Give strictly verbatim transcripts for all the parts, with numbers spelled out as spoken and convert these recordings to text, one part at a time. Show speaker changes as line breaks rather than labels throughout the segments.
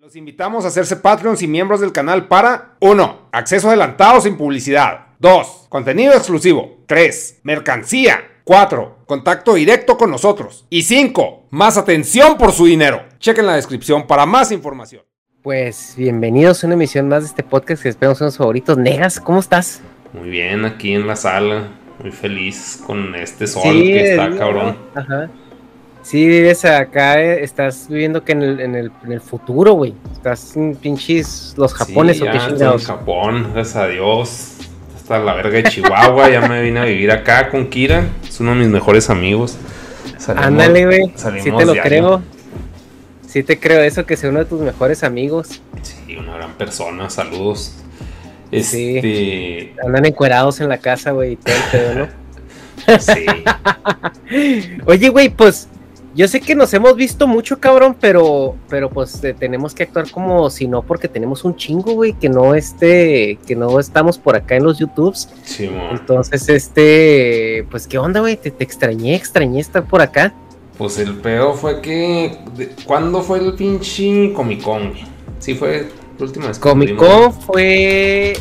Los invitamos a hacerse Patreons y miembros del canal para uno. Acceso adelantado sin publicidad. dos. Contenido exclusivo. tres. Mercancía. cuatro. Contacto directo con nosotros. Y cinco. Más atención por su dinero. Chequen la descripción para más información.
Pues bienvenidos a una emisión más de este podcast que esperamos son los favoritos. Negas, ¿cómo estás?
Muy bien, aquí en la sala. Muy feliz con este sol
Sí,
que está
digo,
cabrón.
Ajá. Sí, vives acá, eh, estás viviendo que en el, en el, en el futuro, güey. Estás en pinches los japones
sí,
o qué
ya,
chingados.
en Japón, gracias a Dios. Hasta la verga de Chihuahua, ya me vine a vivir acá con Kira. Es uno de mis mejores amigos. Salimos,
Ándale, güey.
salimos
Sí te lo
diario.
creo. Sí te creo eso, que sea uno de tus mejores amigos.
Sí, una gran persona, saludos.
Sí.
Este.
Andan encuerados en la casa, güey, y todo el pedo, ¿no?
Sí.
Oye, güey, pues yo sé que nos hemos visto mucho, cabrón, pero, pero pues eh, tenemos que actuar como si no, porque tenemos un chingo, güey, que no este, que no estamos por acá en los YouTubes.
Sí, mo.
Entonces, este, pues qué onda, güey, te, te extrañé, extrañé estar por acá.
Pues el pedo fue que. de- ¿Cuándo fue el pinche Comic Con, güey? Sí, fue la última vez que
Comic
pudimos-
Con fue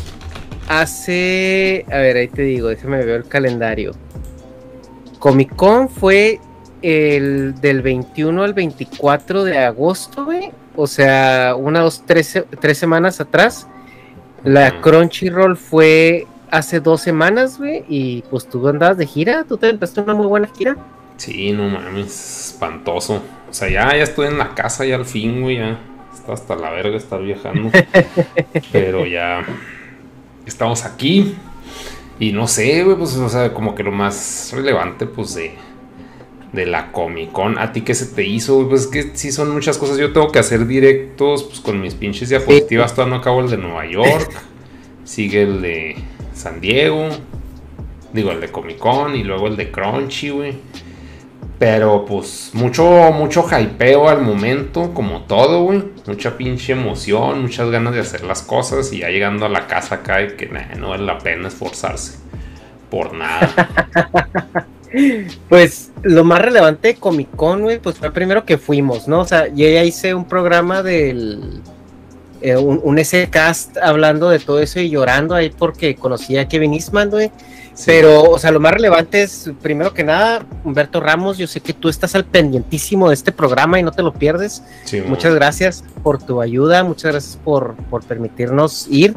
hace, a ver, ahí te digo, déjame ver el calendario. Comic Con fue el del veintiuno al veinticuatro de agosto, güey. O sea, una, dos, tres, se- tres semanas atrás. La
Ujú.
Crunchyroll fue hace dos semanas, güey. Y pues tú andabas de gira, tú te empezaste una muy buena gira.
Sí, no mames, espantoso. O sea, ya, ya estoy en la casa ya al fin, güey, ya está hasta la verga estar viajando. Pero ya estamos aquí. Y no sé, güey, pues, o sea, como que lo más relevante, pues, de, de la Comic Con. ¿A ti qué se te hizo, güey? Pues es que sí son muchas cosas. Yo tengo que hacer directos, pues, con mis pinches diapositivas. Todavía no acabo el de Nueva York. Sigue el de San Diego. Digo, el de Comic Con y luego el de Crunchy, güey. Pero pues mucho, mucho hypeo al momento, como todo, güey. Mucha pinche emoción, muchas ganas de hacer las cosas. Y ya llegando a la casa acá y que nah, no vale la pena esforzarse por nada.
Pues lo más relevante de Comic Con, güey, pues fue el primero que fuimos, ¿no? O sea, yo ya hice un programa del... eh, un, un S-Cast hablando de todo eso y llorando ahí porque conocía a Kevin Eastman, güey.
Sí.
Pero, o sea, lo más relevante es, primero que nada, Humberto Ramos, yo sé que tú estás al pendientísimo de este programa y no te lo pierdes.
Sí,
Muchas
mo.
gracias por tu ayuda, muchas gracias por, por permitirnos ir.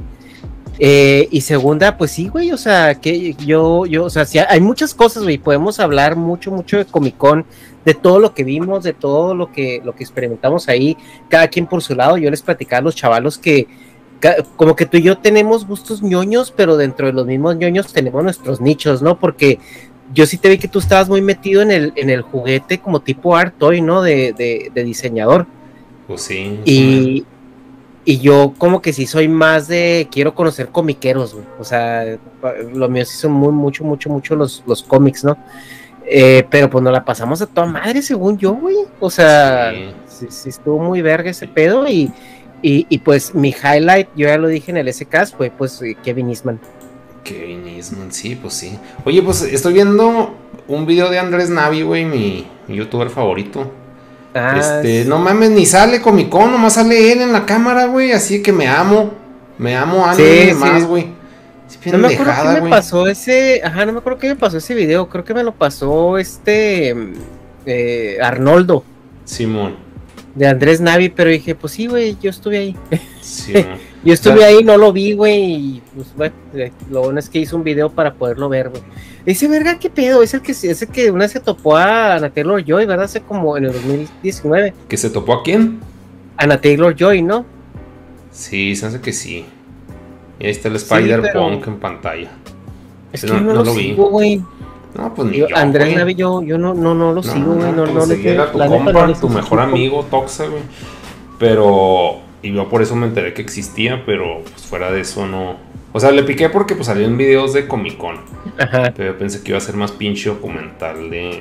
Eh, y segunda, pues sí, güey, o sea, que yo, yo, o sea, sí, hay muchas cosas, güey, podemos hablar mucho, mucho de Comic Con, de todo lo que vimos, de todo lo que, lo que experimentamos ahí, cada quien por su lado. Yo les platicaba a los chavalos que ca- como que tú y yo tenemos gustos ñoños, pero dentro de los mismos ñoños tenemos nuestros nichos, ¿no? Porque yo sí te vi que tú estabas muy metido en el, en el juguete como tipo art toy, ¿no? De, de, de diseñador.
Pues sí.
Y, y yo como que sí soy más de, quiero conocer comiqueros, güey. O sea, pa- lo mío sí son muy, mucho, mucho, mucho los, los cómics, ¿no? Eh, pero pues nos la pasamos a toda madre, según yo, güey. O sea,
Sí.
sí, sí estuvo muy verga ese pedo. Y, y, y pues mi highlight, yo ya lo dije en el S K, fue pues eh, Kevin Eastman.
Kevin Eastman, sí, pues sí. Oye, pues estoy viendo un video de Andrés Navi, güey, mi, mi youtuber favorito.
Ah,
Este,
sí.
no mames, ni sale Comic Con, nomás sale él en la cámara, güey. Así que me amo. Me amo a
Sí,
nadie
sí.
más, güey. Es bien
No me acuerdo
dejada,
qué me
güey.
pasó ese, ajá, no me acuerdo qué me pasó ese video, creo que me lo pasó este eh, Arnoldo
Simón.
de Andrés Navi, pero dije, pues sí, güey, yo estuve ahí.
Simón.
Yo estuve
O sea,
ahí, no lo vi, güey, y pues bueno, eh, lo bueno es que hizo un video para poderlo ver, güey. Ese verga, qué pedo, es el que es el que una vez se topó a Ana Taylor Joy, ¿verdad? Hace como en el dos mil diecinueve.
¿Que se topó a quién?
Ana Taylor Joy, ¿no?
Sí, se hace que sí. Y ahí está el Spider-Punk
pero-
en pantalla.
Es
Sí,
que
no-
yo no,
no
lo,
lo vi.
sigo, güey.
No, pues ni
Yo,
yo,
Andrés
güey.
Navi, yo, yo no, no, no lo sigo, güey, no,
pues
no, le
seguir a tu
la neta,
compa,
no le
tu
sigo
mejor
su-
amigo, Toxa, güey. Pero, y yo por eso me enteré que existía, pero pues fuera de eso no. O sea, le piqué porque pues salían videos de Comic Con.
Ajá.
Pero yo pensé que iba a ser más pinche documental de.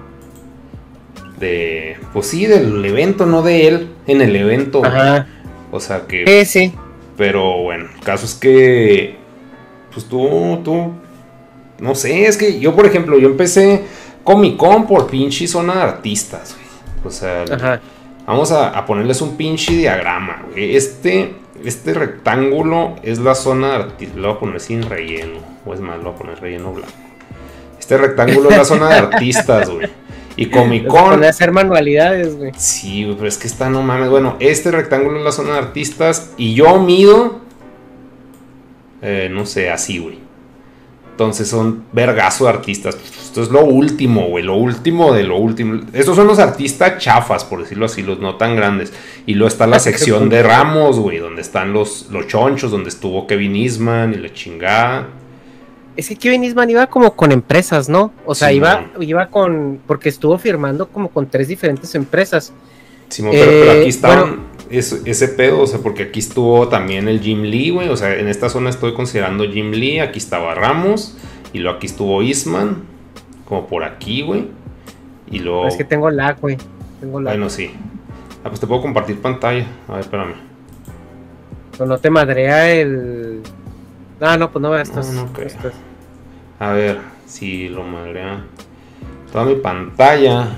De. Pues sí, del evento, no de él. En el evento. güey.
Ajá.
O sea que.
Sí, sí.
Pero bueno, el caso es que. Pues tú, tú. No sé, es que yo, por ejemplo, yo empecé Comic Con por pinche zona de artistas, güey. O sea,
Ajá.
Vamos a, a ponerles un pinche diagrama, güey. Este, este rectángulo es la zona de artistas. Lo voy a poner sin relleno. O es más, lo voy a poner relleno blanco. Este rectángulo es la zona de artistas, güey. Y Comic Con.
Puede hacer manualidades, güey.
Sí, güey, pero es que está, no mames. Bueno, este rectángulo es la zona de artistas. Y yo mido. Eh, no sé, así, güey. Entonces son vergazo de artistas. Esto es lo último, güey. Lo último de lo último. Estos son los artistas chafas, por decirlo así, los no tan grandes. Y luego está la sección de Ramos, güey, donde están los, los chonchos, donde estuvo Kevin Eastman y la chingada.
Es que Kevin Eastman iba como con empresas, ¿no? O sea,
Sí,
iba,
man.
iba con. Porque estuvo firmando como con tres diferentes empresas.
Sí, pero, eh, pero aquí estaban.
Bueno,
es, ese pedo, o sea, porque aquí estuvo también el Jim Lee, güey. O sea, en esta zona estoy considerando Jim Lee. Aquí estaba Ramos. Y luego aquí estuvo Eastman. Como por aquí, güey. Y luego.
Es que tengo lag, güey. Tengo lag.
Bueno, sí. Ah, pues te puedo compartir pantalla. A ver, espérame.
No, no te madrea el. Ah, no, pues no, esto es.
No, no creo.
Esto es.
A ver, si lo madrea. Toda mi pantalla.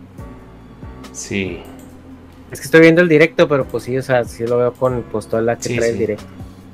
Sí.
Es que estoy viendo el directo, pero pues sí, o sea, sí lo veo con pues todo el lag que
Sí,
trae
sí.
el directo.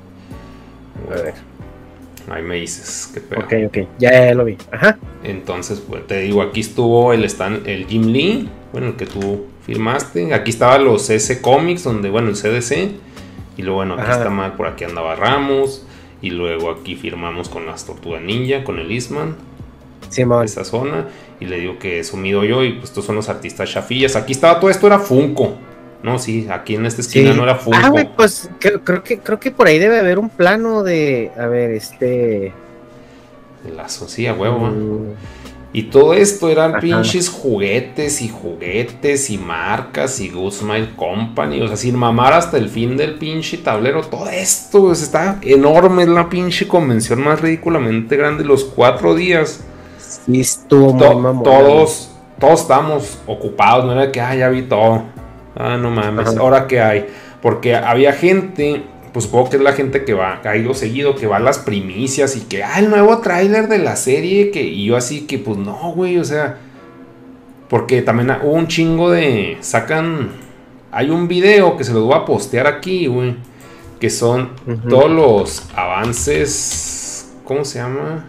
A ver.
Ahí me dices qué pedo.
Ok, ok. Ya, ya lo vi. Ajá.
Entonces, pues te digo, aquí estuvo el stand, el Jim Lee, bueno, el que tú firmaste. Aquí estaban los C C Comics, donde, bueno, el C D C. Y luego, bueno, aquí
Ajá.
está mal, por aquí andaba Ramos. Y luego aquí firmamos con las Tortugas Ninja, con el Eastman.
Simón.
Esa zona. Y le digo que eso mido yo. Y pues estos son los artistas chafillas. Aquí estaba, todo esto era Funko. No, sí, aquí en esta esquina
Sí.
no era Funko.
Ah, güey, pues creo, creo que creo que por ahí debe haber un plano de. A ver, este.
La sociedad, huevo. ¿eh?
mm,
Y todo esto eran
Ajá.
pinches juguetes y juguetes y marcas y Good Smile Company. O sea, sin mamar hasta el fin del pinche tablero. Todo esto, pues, está enorme. Es la pinche convención más ridículamente grande. Los cuatro días.
Sí, estuvo muy
To-
mamón.
todos, todos estábamos ocupados. No era que, ah, ya vi todo. Ah, no mames.
Ajá.
Ahora qué hay. Porque había gente. Pues supongo que es la gente que va, que ha ido seguido, que va a las primicias y que, ah, el nuevo tráiler de la serie, que, y yo así que, pues no, güey, o sea, porque también hubo un chingo de, sacan, hay un video que se los voy a postear aquí, güey, que son
Ujú.
todos los avances, ¿cómo se llama?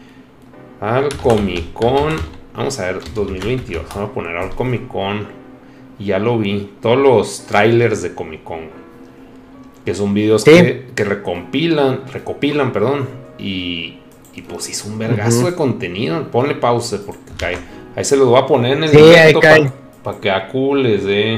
Al Comic Con, vamos a ver, dos mil veintidós, vamos a poner al Comic Con, y ya lo vi, todos los trailers de Comic Con, güey. Que son videos
Sí.
que, que recompilan, recopilan, perdón, y, y pues hizo un vergazo
Ujú.
de contenido. Ponle pausa porque cae. Ahí se los voy a poner en el
Sí, ahí
directo
cae.
para que a Q les dé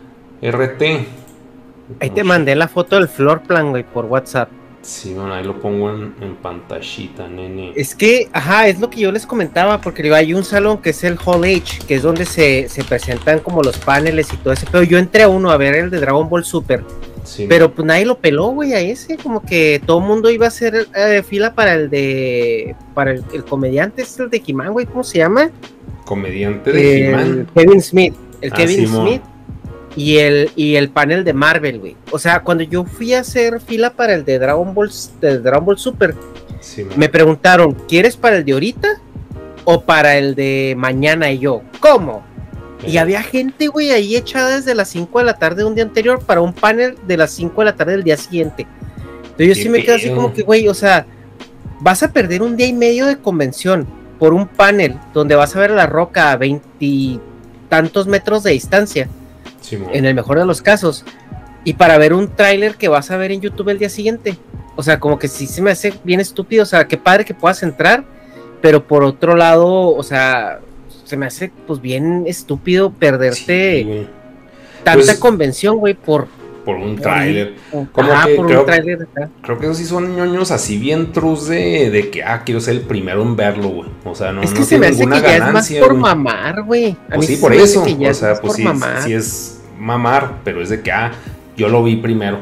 R T.
Ahí te mandé la foto del floor plan, güey, por WhatsApp.
Sí, bueno, ahí lo pongo en, en pantallita, nene.
Es que, ajá, es lo que yo les comentaba, porque digo, hay un salón que es el Hall H, que es donde se, se presentan como los paneles y todo ese, pero yo entré a uno a ver el de Dragon Ball Super,
Sí,
pero pues nadie lo peló, güey, a ese, como que todo el mundo iba a hacer eh, fila para el de, para el, el comediante, es el de He-Man, güey, ¿cómo se llama?
comediante de
El
He-Man.
Kevin Smith, el
Ah,
Kevin
Simón.
Smith. Y el, y el panel de Marvel, güey. O sea, cuando yo fui a hacer fila para el de Dragon Ball, de Dragon Ball Super,
Sí, man.
me preguntaron, ¿quieres para el de ahorita o para el de mañana? Y yo, ¿cómo? Y
Eh,
había gente, güey, ahí echada desde las cinco de la tarde de un día anterior para un panel de las cinco de la tarde del día siguiente. Entonces yo
Qué
sí me quedo así
pedo.
como que, güey, o sea, vas a perder un día y medio de convención por un panel donde vas a ver a La Roca a veintitantos metros de distancia,
sí, man.
en el mejor de los casos, y para ver un tráiler que vas a ver en YouTube el día siguiente. O sea, como que sí se me hace bien estúpido. O sea, qué padre que puedas entrar, pero por otro lado, o sea, se me hace pues bien estúpido perderte
Sí, güey.
tanta
Pues,
convención, güey, por,
por un tráiler.
por,
Como
ajá,
que
por
creo-
un tráiler. ajá.
Creo que esos sí son ñoños así bien trus de, de que, ah, quiero ser el primero en verlo, güey. O sea, no,
Es que
no
se me
tiene
hace que
ninguna
ya es más
ganancia,
por
güey.
mamar, güey. A
Pues
mí
sí,
se
por
me hace
eso.
que ya
O
es
sea,
más
pues
por
sí,
mamar.
sí es mamar, pero es de que, ah, yo lo vi primero.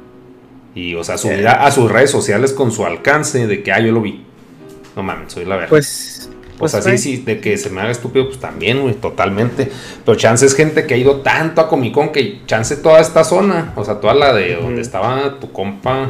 Y, o sea, subir
Eh.
a, a sus redes sociales con su alcance de que, ah, yo lo vi. No mames, soy la verga.
Pues,
Pues
pues,
así,
güey.
sí, de que se me haga estúpido, pues también, güey, totalmente. Pero chance es gente que ha ido tanto a Comic Con que chance toda esta zona, o sea, toda la de donde
Ujú.
estaba tu compa,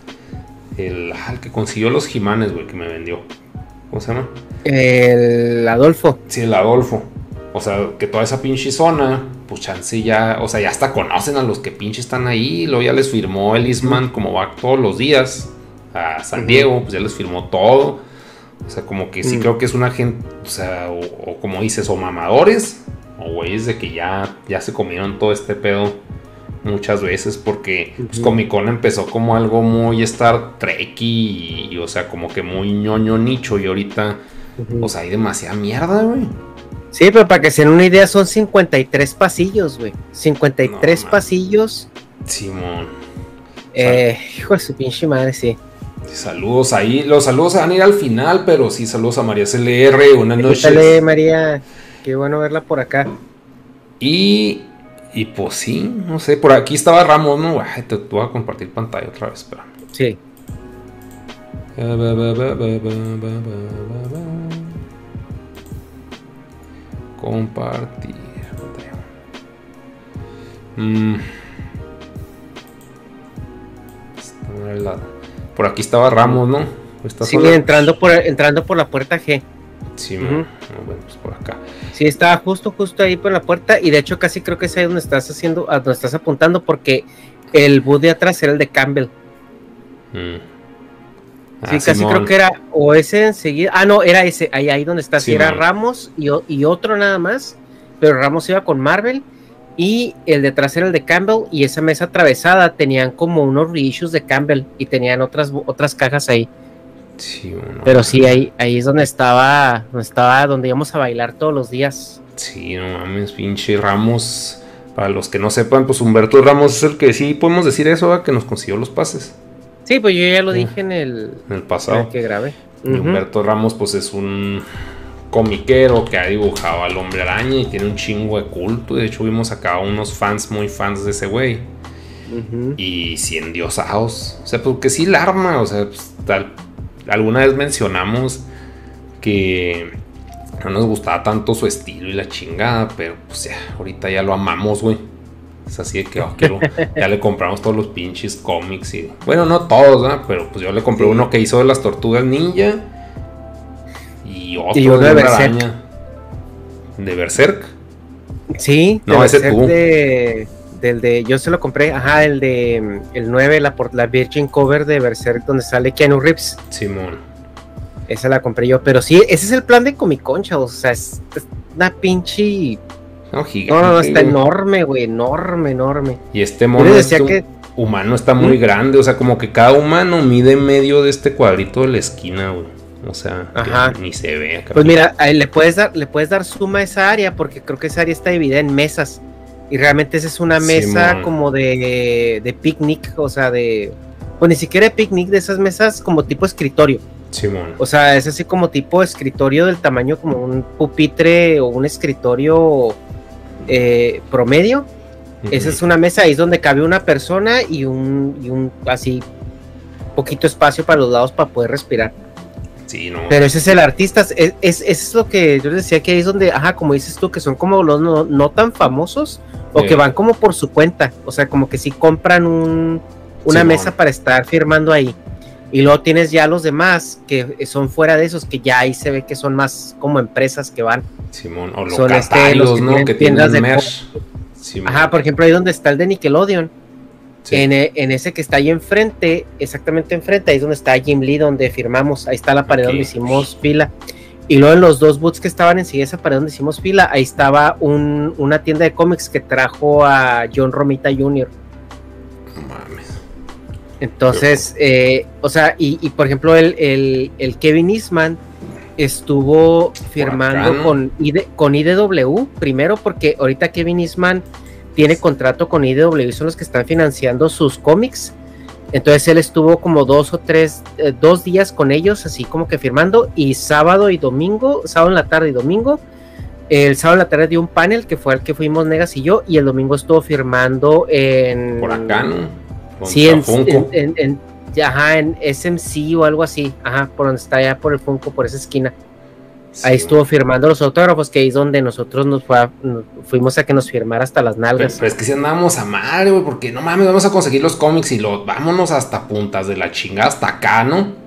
el, ah, el que consiguió los Jimanes, güey, que me vendió. ¿Cómo se llama?
El Adolfo.
Sí, el Adolfo. O sea, que toda esa pinche zona, pues chance ya, o sea, ya hasta conocen a los que pinche están ahí. Luego ya les firmó el Eastman, como va todos los días a San Diego, pues ya les firmó todo. O sea, como que sí mm. creo que es una gente, o sea, o, o como dices, o mamadores, o güeyes de que ya, ya se comieron todo este pedo muchas veces, porque uh-huh. pues, Comic Con empezó como algo muy Star Trek y, y, o sea, como que muy ñoño nicho, y ahorita, uh-huh. o sea, hay demasiada mierda, güey.
Sí, pero para que se den una idea, son cincuenta y tres pasillos, güey. cincuenta y tres no, pasillos.
Simón.
Eh, hijo de su pinche madre, sí.
Saludos ahí. Los saludos van a ir al final, pero sí, saludos a María C L R. Buenas noches.
Dale, María. Qué bueno verla por acá.
Y, y pues sí, no sé. Por aquí estaba Ramos, ¿no? Ay, te, te voy a compartir pantalla otra vez, espera.
Sí.
Compartir. Mm. Por aquí estaba Ramos, ¿no?
Sí, entrando por, entrando por la puerta G.
Sí, uh-huh. Bueno, pues por acá.
Sí, estaba justo, justo ahí por la puerta. Y de hecho casi creo que es ahí donde estás haciendo, a donde estás apuntando, porque el booth de atrás era el de Campbell. Mm. Ah, sí, casi Simón. Creo que era o ese enseguida. Ah, no, era ese, ahí, ahí donde está. Sí, era Ramos y, y otro nada más. Pero Ramos iba con Marvel. Y el detrás era el de Campbell. Y esa mesa atravesada tenían como unos reissues de Campbell. Y tenían otras, otras cajas ahí.
Sí, bueno,
pero sí, ahí, ahí es donde estaba, donde estaba, donde íbamos a bailar todos los días.
Sí, no mames, pinche Ramos. Para los que no sepan, pues Humberto Ramos es el que sí podemos decir eso, ¿eh? Que nos consiguió los pases.
Sí, pues yo ya lo dije en el,
en el pasado. En el
que grabé.
Y uh-huh. Humberto Ramos, pues es un comiquero que ha dibujado al Hombre Araña y tiene un chingo de culto. De hecho, vimos acá unos fans muy fans de ese güey. Uh-huh. Y sí, endiosados. O sea, porque sí la arma, o sea, pues, tal. Alguna vez mencionamos que no nos gustaba tanto su estilo y la chingada, pero pues ya, ahorita ya lo amamos, güey. Es así de que oh, quiero, ya le compramos todos los pinches cómics y... Bueno, no todos, ¿no? Pero pues yo le compré sí. uno que hizo de las Tortugas Ninja y otro
y uno
de,
de
una
Berserk.
araña. ¿De Berserk?
Sí,
no,
de
ese
Berserk
tú.
De, del de... Yo se lo compré, ajá, el de... El nueve, la, la Virgin Cover de Berserk donde sale Keanu Reeves.
Simón.
Esa la compré yo, pero sí, ese es el plan de Comic Con, chavos. O sea, es, es una pinche...
No, gigante,
no, no, no, está güey. enorme, güey, enorme, enorme.
Y este mono este que... humano está muy ¿Mm? grande, o sea, como que cada humano mide medio de este cuadrito de la esquina, güey. O sea, ni se ve acá.
Pues mira, ahí le puedes dar, le puedes dar suma a esa área, porque creo que esa área está dividida en mesas. Y realmente esa es una mesa sí, como de, de picnic, o sea, de... Pues ni siquiera de picnic, de esas mesas como tipo escritorio.
Simón.
O sea, es así como tipo escritorio del tamaño como un pupitre o un escritorio eh, promedio. Uh-huh. Esa es una mesa, ahí es donde cabe una persona y un, y un así poquito espacio para los lados para poder respirar.
Sí, no.
Pero ese es el artista, es, es, es lo que yo les decía que ahí es donde, ajá, como dices tú, que son como los no, no tan famosos o sí. que van como por su cuenta. O sea, como que sí compran un, una Simón. mesa para estar firmando ahí. Y luego tienes ya los demás que son fuera de esos, que ya ahí se ve que son más como empresas que van.
Simón, o locatarios, este, ¿no? Que tienen de merch.
Ajá, por ejemplo, ahí donde está el de Nickelodeon. Sí. En, en ese que está ahí enfrente, exactamente enfrente, ahí es donde está Jim Lee, donde firmamos. Ahí está la pared okay. donde hicimos fila. Y luego en los dos booths que estaban enseguida esa pared donde hicimos fila, ahí estaba un, una tienda de cómics que trajo a John Romita junior Entonces, eh, o sea, y, y por ejemplo, el, el, el Kevin Eastman estuvo firmando acá, ¿no? con, I D, con I D W, primero porque ahorita Kevin Eastman tiene contrato con I D W, son los que están financiando sus cómics. Entonces él estuvo como dos o tres, eh, dos días con ellos, así como que firmando, y sábado y domingo, sábado en la tarde y domingo, el sábado en la tarde dio un panel que fue al que fuimos Negas y yo, y el domingo estuvo firmando en...
Por acá, ¿no?
Sí, en, en, en, en, ajá, en S M C o algo así, ajá, por donde está allá por el Funko, por esa esquina. Sí, ahí estuvo firmando los autógrafos, que ahí es donde nosotros nos, fue a, nos fuimos a que nos firmara hasta las nalgas.
Pero, pero es que si andábamos a madre, güey, porque no mames, vamos a conseguir los cómics y los vámonos hasta puntas de la chingada, hasta acá, ¿no?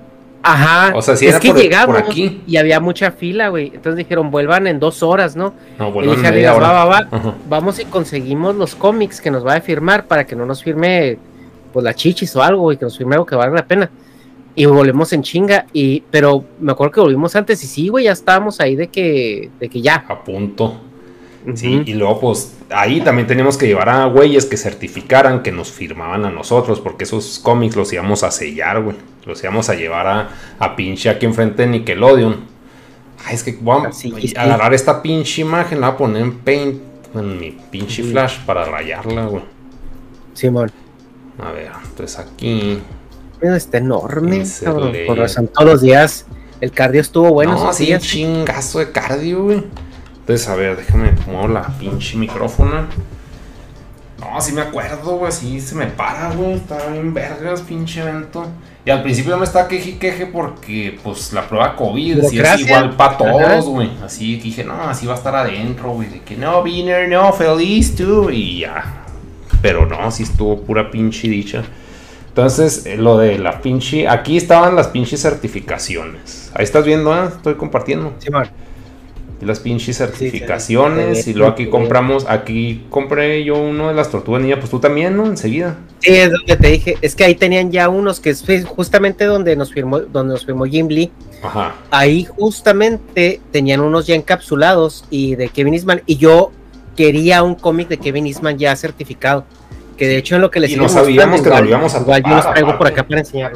Ajá,
O sea, si
es
era
que
por,
llegamos
por aquí.
y había mucha fila, güey. Entonces dijeron, vuelvan en dos horas, ¿no?
No,
Y
bueno,
dije,
en media
amigas, va,
hora.
va, va,
Ajá.
vamos y conseguimos los cómics que nos va a firmar para que no nos firme, pues, la chichis o algo, y que nos firme algo que valga la pena. Y volvemos en chinga, y, pero me acuerdo que volvimos antes, y sí, güey, ya estábamos ahí de que, de que ya.
A punto.
Uh-huh.
Sí, y luego pues ahí también teníamos que llevar a güeyes que certificaran que nos firmaban a nosotros, porque esos cómics los íbamos a sellar, güey. Los íbamos a llevar a, a pinche aquí enfrente de Nickelodeon. Ay, es que vamos
Así,
a
sí.
agarrar esta pinche imagen, la voy a poner en Paint, en mi pinche
Sí.
Flash para rayarla, güey.
Simón.
A ver, entonces aquí...
Mira, está enorme,
Insert
cabrón.
layer.
Con razón, todos los días el cardio estuvo bueno.
no,
esos
sí,
días.
chingazo de cardio, güey. Entonces, a ver, déjame muevo la pinche micrófono. No, sí me acuerdo, güey, sí se me para, güey. Estaba bien vergas, pinche evento. Y al principio yo me estaba queje y queje porque, pues, la prueba COVID, sí es
¿Burocracia?
igual para
Ajá.
todos, güey. Así que dije, no, así va a estar adentro, güey. De que no, Viner, no, feliz tú. Y ya. Pero no, sí estuvo pura pinche dicha. Entonces, eh, lo de la pinche... Aquí estaban las pinches certificaciones. Ahí estás viendo, ¿eh? Estoy compartiendo.
Simón.
Y las pinches
Sí,
certificaciones.
sí, sí.
Y luego aquí compramos... Aquí compré yo uno de las tortugas ninja. Pues tú también, ¿no? Enseguida.
Sí, es lo que te dije. Es que ahí tenían ya unos que es justamente donde nos firmó, donde nos firmó Jim Lee.
Ajá.
Ahí justamente tenían unos ya encapsulados y de Kevin Eastman. Y yo quería un cómic de Kevin Eastman ya certificado. Que de hecho en lo que les
Y
sigo
no sabíamos
mostrando,
que nos
igual-
lo íbamos a
igual yo
topar,
los traigo por
aparte.
acá para enseñarlo.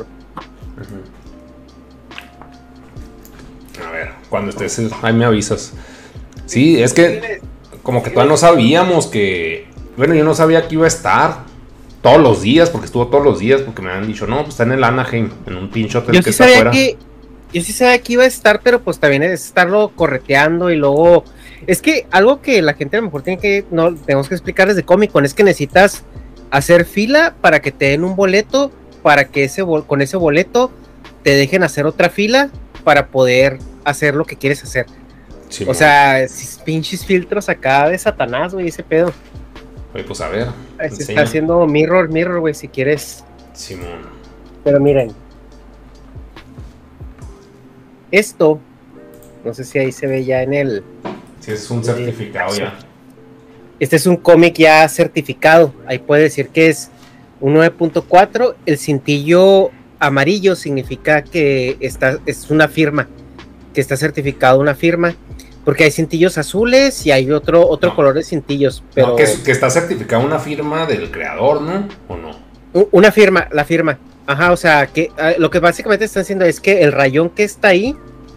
A ver, cuando estés... Ahí me avisas. Sí, es que... Como que todavía no sabíamos que... Bueno, yo no sabía que iba a estar todos los días, porque estuvo todos los días, porque me han dicho, no, pues está en el Anaheim, en un pinche hotel
Yo
que
sí
está
sabía
afuera.
que yo sí sabía que iba a estar, pero pues también es estarlo correteando y luego es que algo que la gente a lo mejor tiene que no tenemos que explicar desde Comic Con es que necesitas hacer fila para que te den un boleto, para que ese bol- con ese boleto te dejen hacer otra fila para poder hacer lo que quieres hacer.
Sí,
O sea, si- pinches filtros acá de Satanás, güey, ese pedo.
oye, pues a ver.
Se está
enseña.
haciendo mirror, mirror, güey, si quieres.
Simón.
Pero miren, esto, no sé si ahí se ve ya en el,
Sí, es un certificado ya.
este es un cómic ya certificado, ahí puede decir que es un nueve punto cuatro, el cintillo amarillo significa que está, es una firma, que está certificado una firma, porque hay cintillos azules y hay otro, otro
No.
color de cintillos, pero
No, que, es- que está certificada una firma del creador, ¿no? ¿O no?
u- una firma, la firma, ajá, o sea, que ah, lo que básicamente están haciendo es que el rayón que está ahí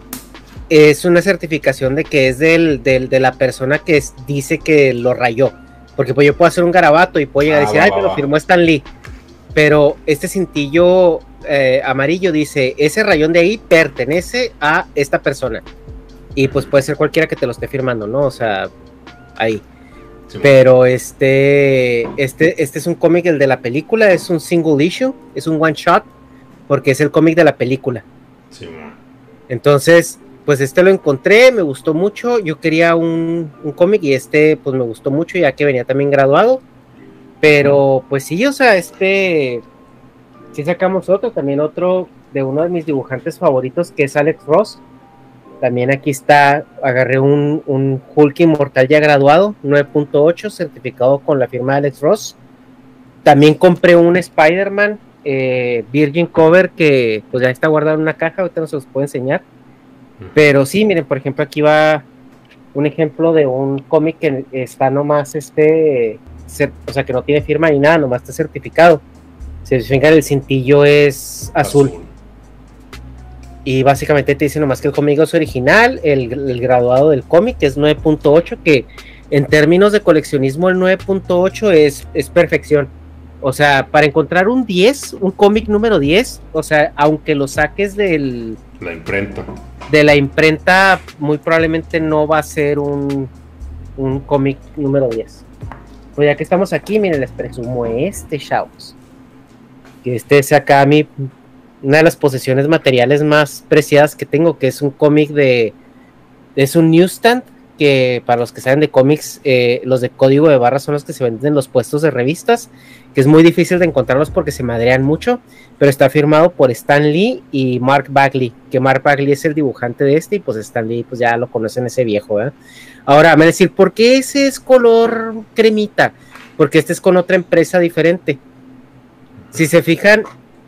es una certificación de que es del, del, de la persona que es- dice que lo rayó. Porque pues yo puedo hacer un garabato y puedo llegar
Ah,
a decir,
va,
ay,
va,
pero
va.
firmó Stan Lee. Pero este cintillo eh, amarillo dice, ese rayón de ahí pertenece a esta persona. Y pues puede ser cualquiera que te lo esté firmando, ¿no? O sea, ahí.
Simón.
Pero este, este, este es un cómic, el de la película, es un single issue, es un one shot, porque es el cómic de la película.
Simón.
Entonces, pues este lo encontré, me gustó mucho, yo quería un, un cómic y este pues me gustó mucho ya que venía también graduado, pero pues sí, o sea, este, sí sacamos otro, también otro de uno de mis dibujantes favoritos que es Alex Ross, también aquí está, agarré un, un Hulk Inmortal ya graduado, nueve punto ocho, certificado con la firma de Alex Ross, también compré un Spider-Man eh, Virgin Cover que pues ya está guardado en una caja, ahorita no se los puedo enseñar. Pero sí, miren, por ejemplo, aquí va un ejemplo de un cómic que está nomás, este, cer- o sea, que no tiene firma ni nada, nomás está certificado. Se fijan, el cintillo es azul.
Azul.
Y básicamente te dice nomás que el cómic es original, el, el graduado del cómic que es nueve punto ocho, que en términos de coleccionismo el nueve punto ocho es, es perfección. O sea, para encontrar un diez, un cómic número diez, o sea, aunque lo saques del...
La imprenta.
de la imprenta, muy probablemente no va a ser un, un cómic número diez. Pues ya que estamos aquí, miren, les presumo este, chavos. Que este es acá mi, una de las posesiones materiales más preciadas que tengo, que es un cómic de, es un newsstand que para los que saben de cómics, eh, los de código de barras son los que se venden en los puestos de revistas, que es muy difícil de encontrarlos porque se madrean mucho, pero está firmado por Stan Lee y Mark Bagley, que Mark Bagley es el dibujante de este, y pues Stan Lee pues ya lo conocen, ese viejo, ¿eh? Ahora, me van a decir, ¿por qué ese es color cremita? Porque este es con otra empresa diferente. Si se fijan,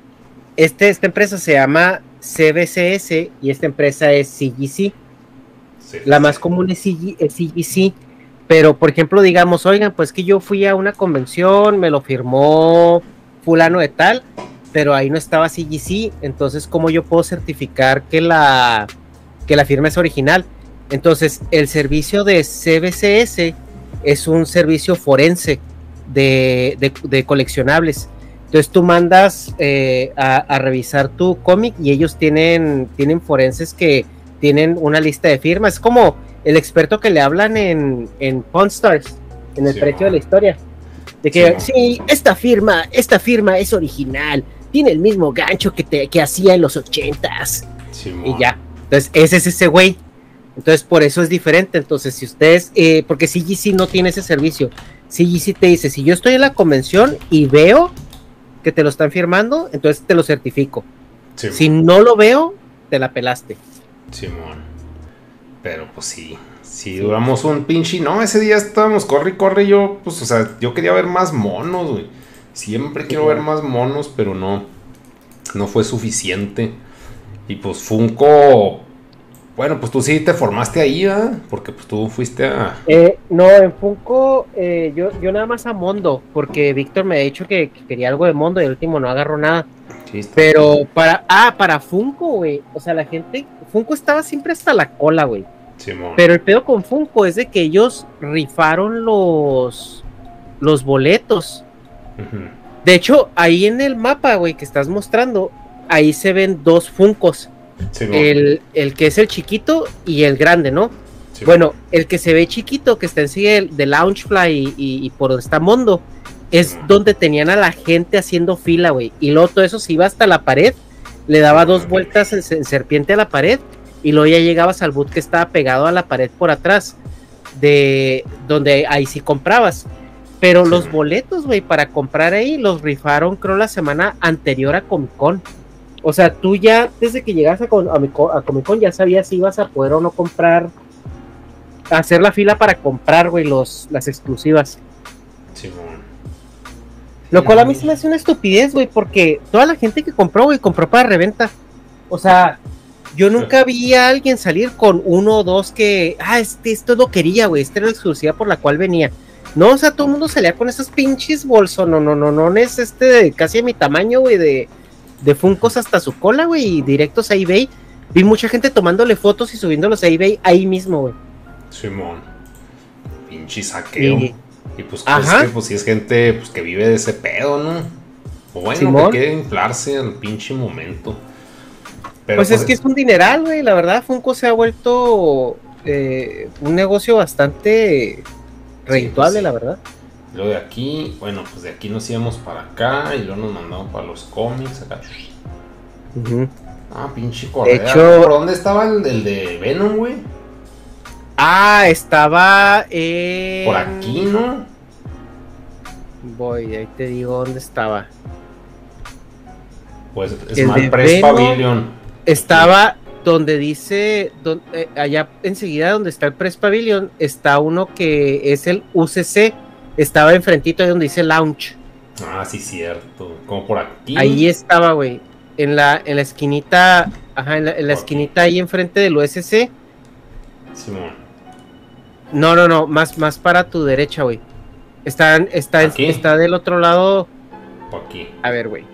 este, esta empresa se llama C B C S y esta empresa es C G C. Sí, la más común es C G C, pero por ejemplo digamos, oigan, pues que yo fui a una convención, me lo firmó fulano de tal, pero ahí no estaba C G C, entonces ¿cómo yo puedo certificar que la, que la firma es original? Entonces el servicio de C B C S es un servicio forense de, de, de coleccionables. Entonces tú mandas eh, a, a revisar tu cómic y ellos tienen, tienen forenses que tienen una lista de firmas. Es como el experto que le hablan en, en Pawn Stars, en el sí, precio man. de la historia. De que, sí, sí, esta firma, esta firma es original, tiene el mismo gancho que, te, que hacía en los ochentas. Sí, y ya. Entonces, ese es ese güey. Entonces, por eso es diferente. Entonces, si ustedes, eh, porque C G C no tiene ese servicio. C G C te dice, si yo estoy en la convención y veo que te lo están firmando, entonces te lo certifico. Sí, si no lo veo, te la pelaste.
Simón, pero pues sí, sí duramos un pinche, no, ese día estábamos corre y corre, yo, pues, o sea, yo quería ver más monos, güey, siempre quiero ver más monos, pero no, no fue suficiente, y pues Funko, bueno, pues tú sí te formaste ahí, ¿verdad? Porque pues tú fuiste a...
Eh, no, en Funko, eh, yo, yo nada más a Mondo, porque Víctor me ha dicho que, que quería algo de Mondo y el último no agarró nada. Sí, pero bien. para, ah, para Funko, güey, o sea, la gente, Funko estaba siempre hasta la cola, güey. Sí, pero el pedo con Funko es de que ellos rifaron los, los boletos. Uh-huh. De hecho, ahí en el mapa, güey, que estás mostrando, ahí se ven dos Funkos. Sí, el, el que es el chiquito y el grande, ¿no? Sí, bueno, el que se ve chiquito, que está en sí de, de Loungefly y, y, y por donde está Mondo, es sí, donde tenían a la gente haciendo fila, güey. Y luego todo eso se iba hasta la pared, le daba sí, dos vueltas en, en serpiente a la pared, y luego ya llegabas al boot que estaba pegado a la pared por atrás, de donde ahí sí comprabas. Pero sí, los boletos, güey, para comprar ahí, los rifaron, creo, la semana anterior a Comic Con. O sea, tú ya, desde que llegas a, a, a Comic Con, ya sabías si ibas a poder o no comprar, hacer la fila para comprar, güey, los, las exclusivas. Sí, bueno. Lo cual a mí se me hace una estupidez, güey, porque toda la gente que compró, güey, compró para reventa. O sea, yo nunca vi a alguien salir con uno o dos que, ah, este, esto lo quería, güey, esta era la exclusiva por la cual venía. No, o sea, todo el mundo salía con esos pinches bolsos, no, no, no, no, es este de casi de mi tamaño, güey, de... de Funkos hasta su cola, güey, y directos a eBay. Vi mucha gente tomándole fotos y subiéndolos a eBay ahí mismo, güey.
Simón, pinche saqueo. Y, y pues, pues, es que, pues si es gente pues, que vive de ese pedo, ¿no? O bueno, Simón, que quiere inflarse al pinche momento.
Pero, pues, pues es que es un dineral, güey, la verdad, Funko se ha vuelto eh, un negocio bastante redituable, sí, pues, la verdad.
Luego de aquí, bueno, pues de aquí nos íbamos para acá y luego nos mandamos para los cómics acá. Uh-huh. Ah, pinche correa. De hecho, ¿por dónde estaba el, el de Venom, güey?
Ah, estaba en...
por aquí, ¿no?
Voy, ahí te digo dónde estaba.
Pues es mal Press Pavilion.
Estaba donde dice, donde, eh, allá enseguida donde está el Press Pavilion, está uno que es el U C C. Estaba enfrentito de donde dice Lounge.
Ah, sí, cierto. Como por aquí.
Ahí estaba, güey. En la, en la esquinita. Ajá, en la, en la esquinita ahí enfrente del U S C.
Simón.
No, no, no. Más, más para tu derecha, güey. Está, está, está del otro lado.
O aquí.
A ver, güey.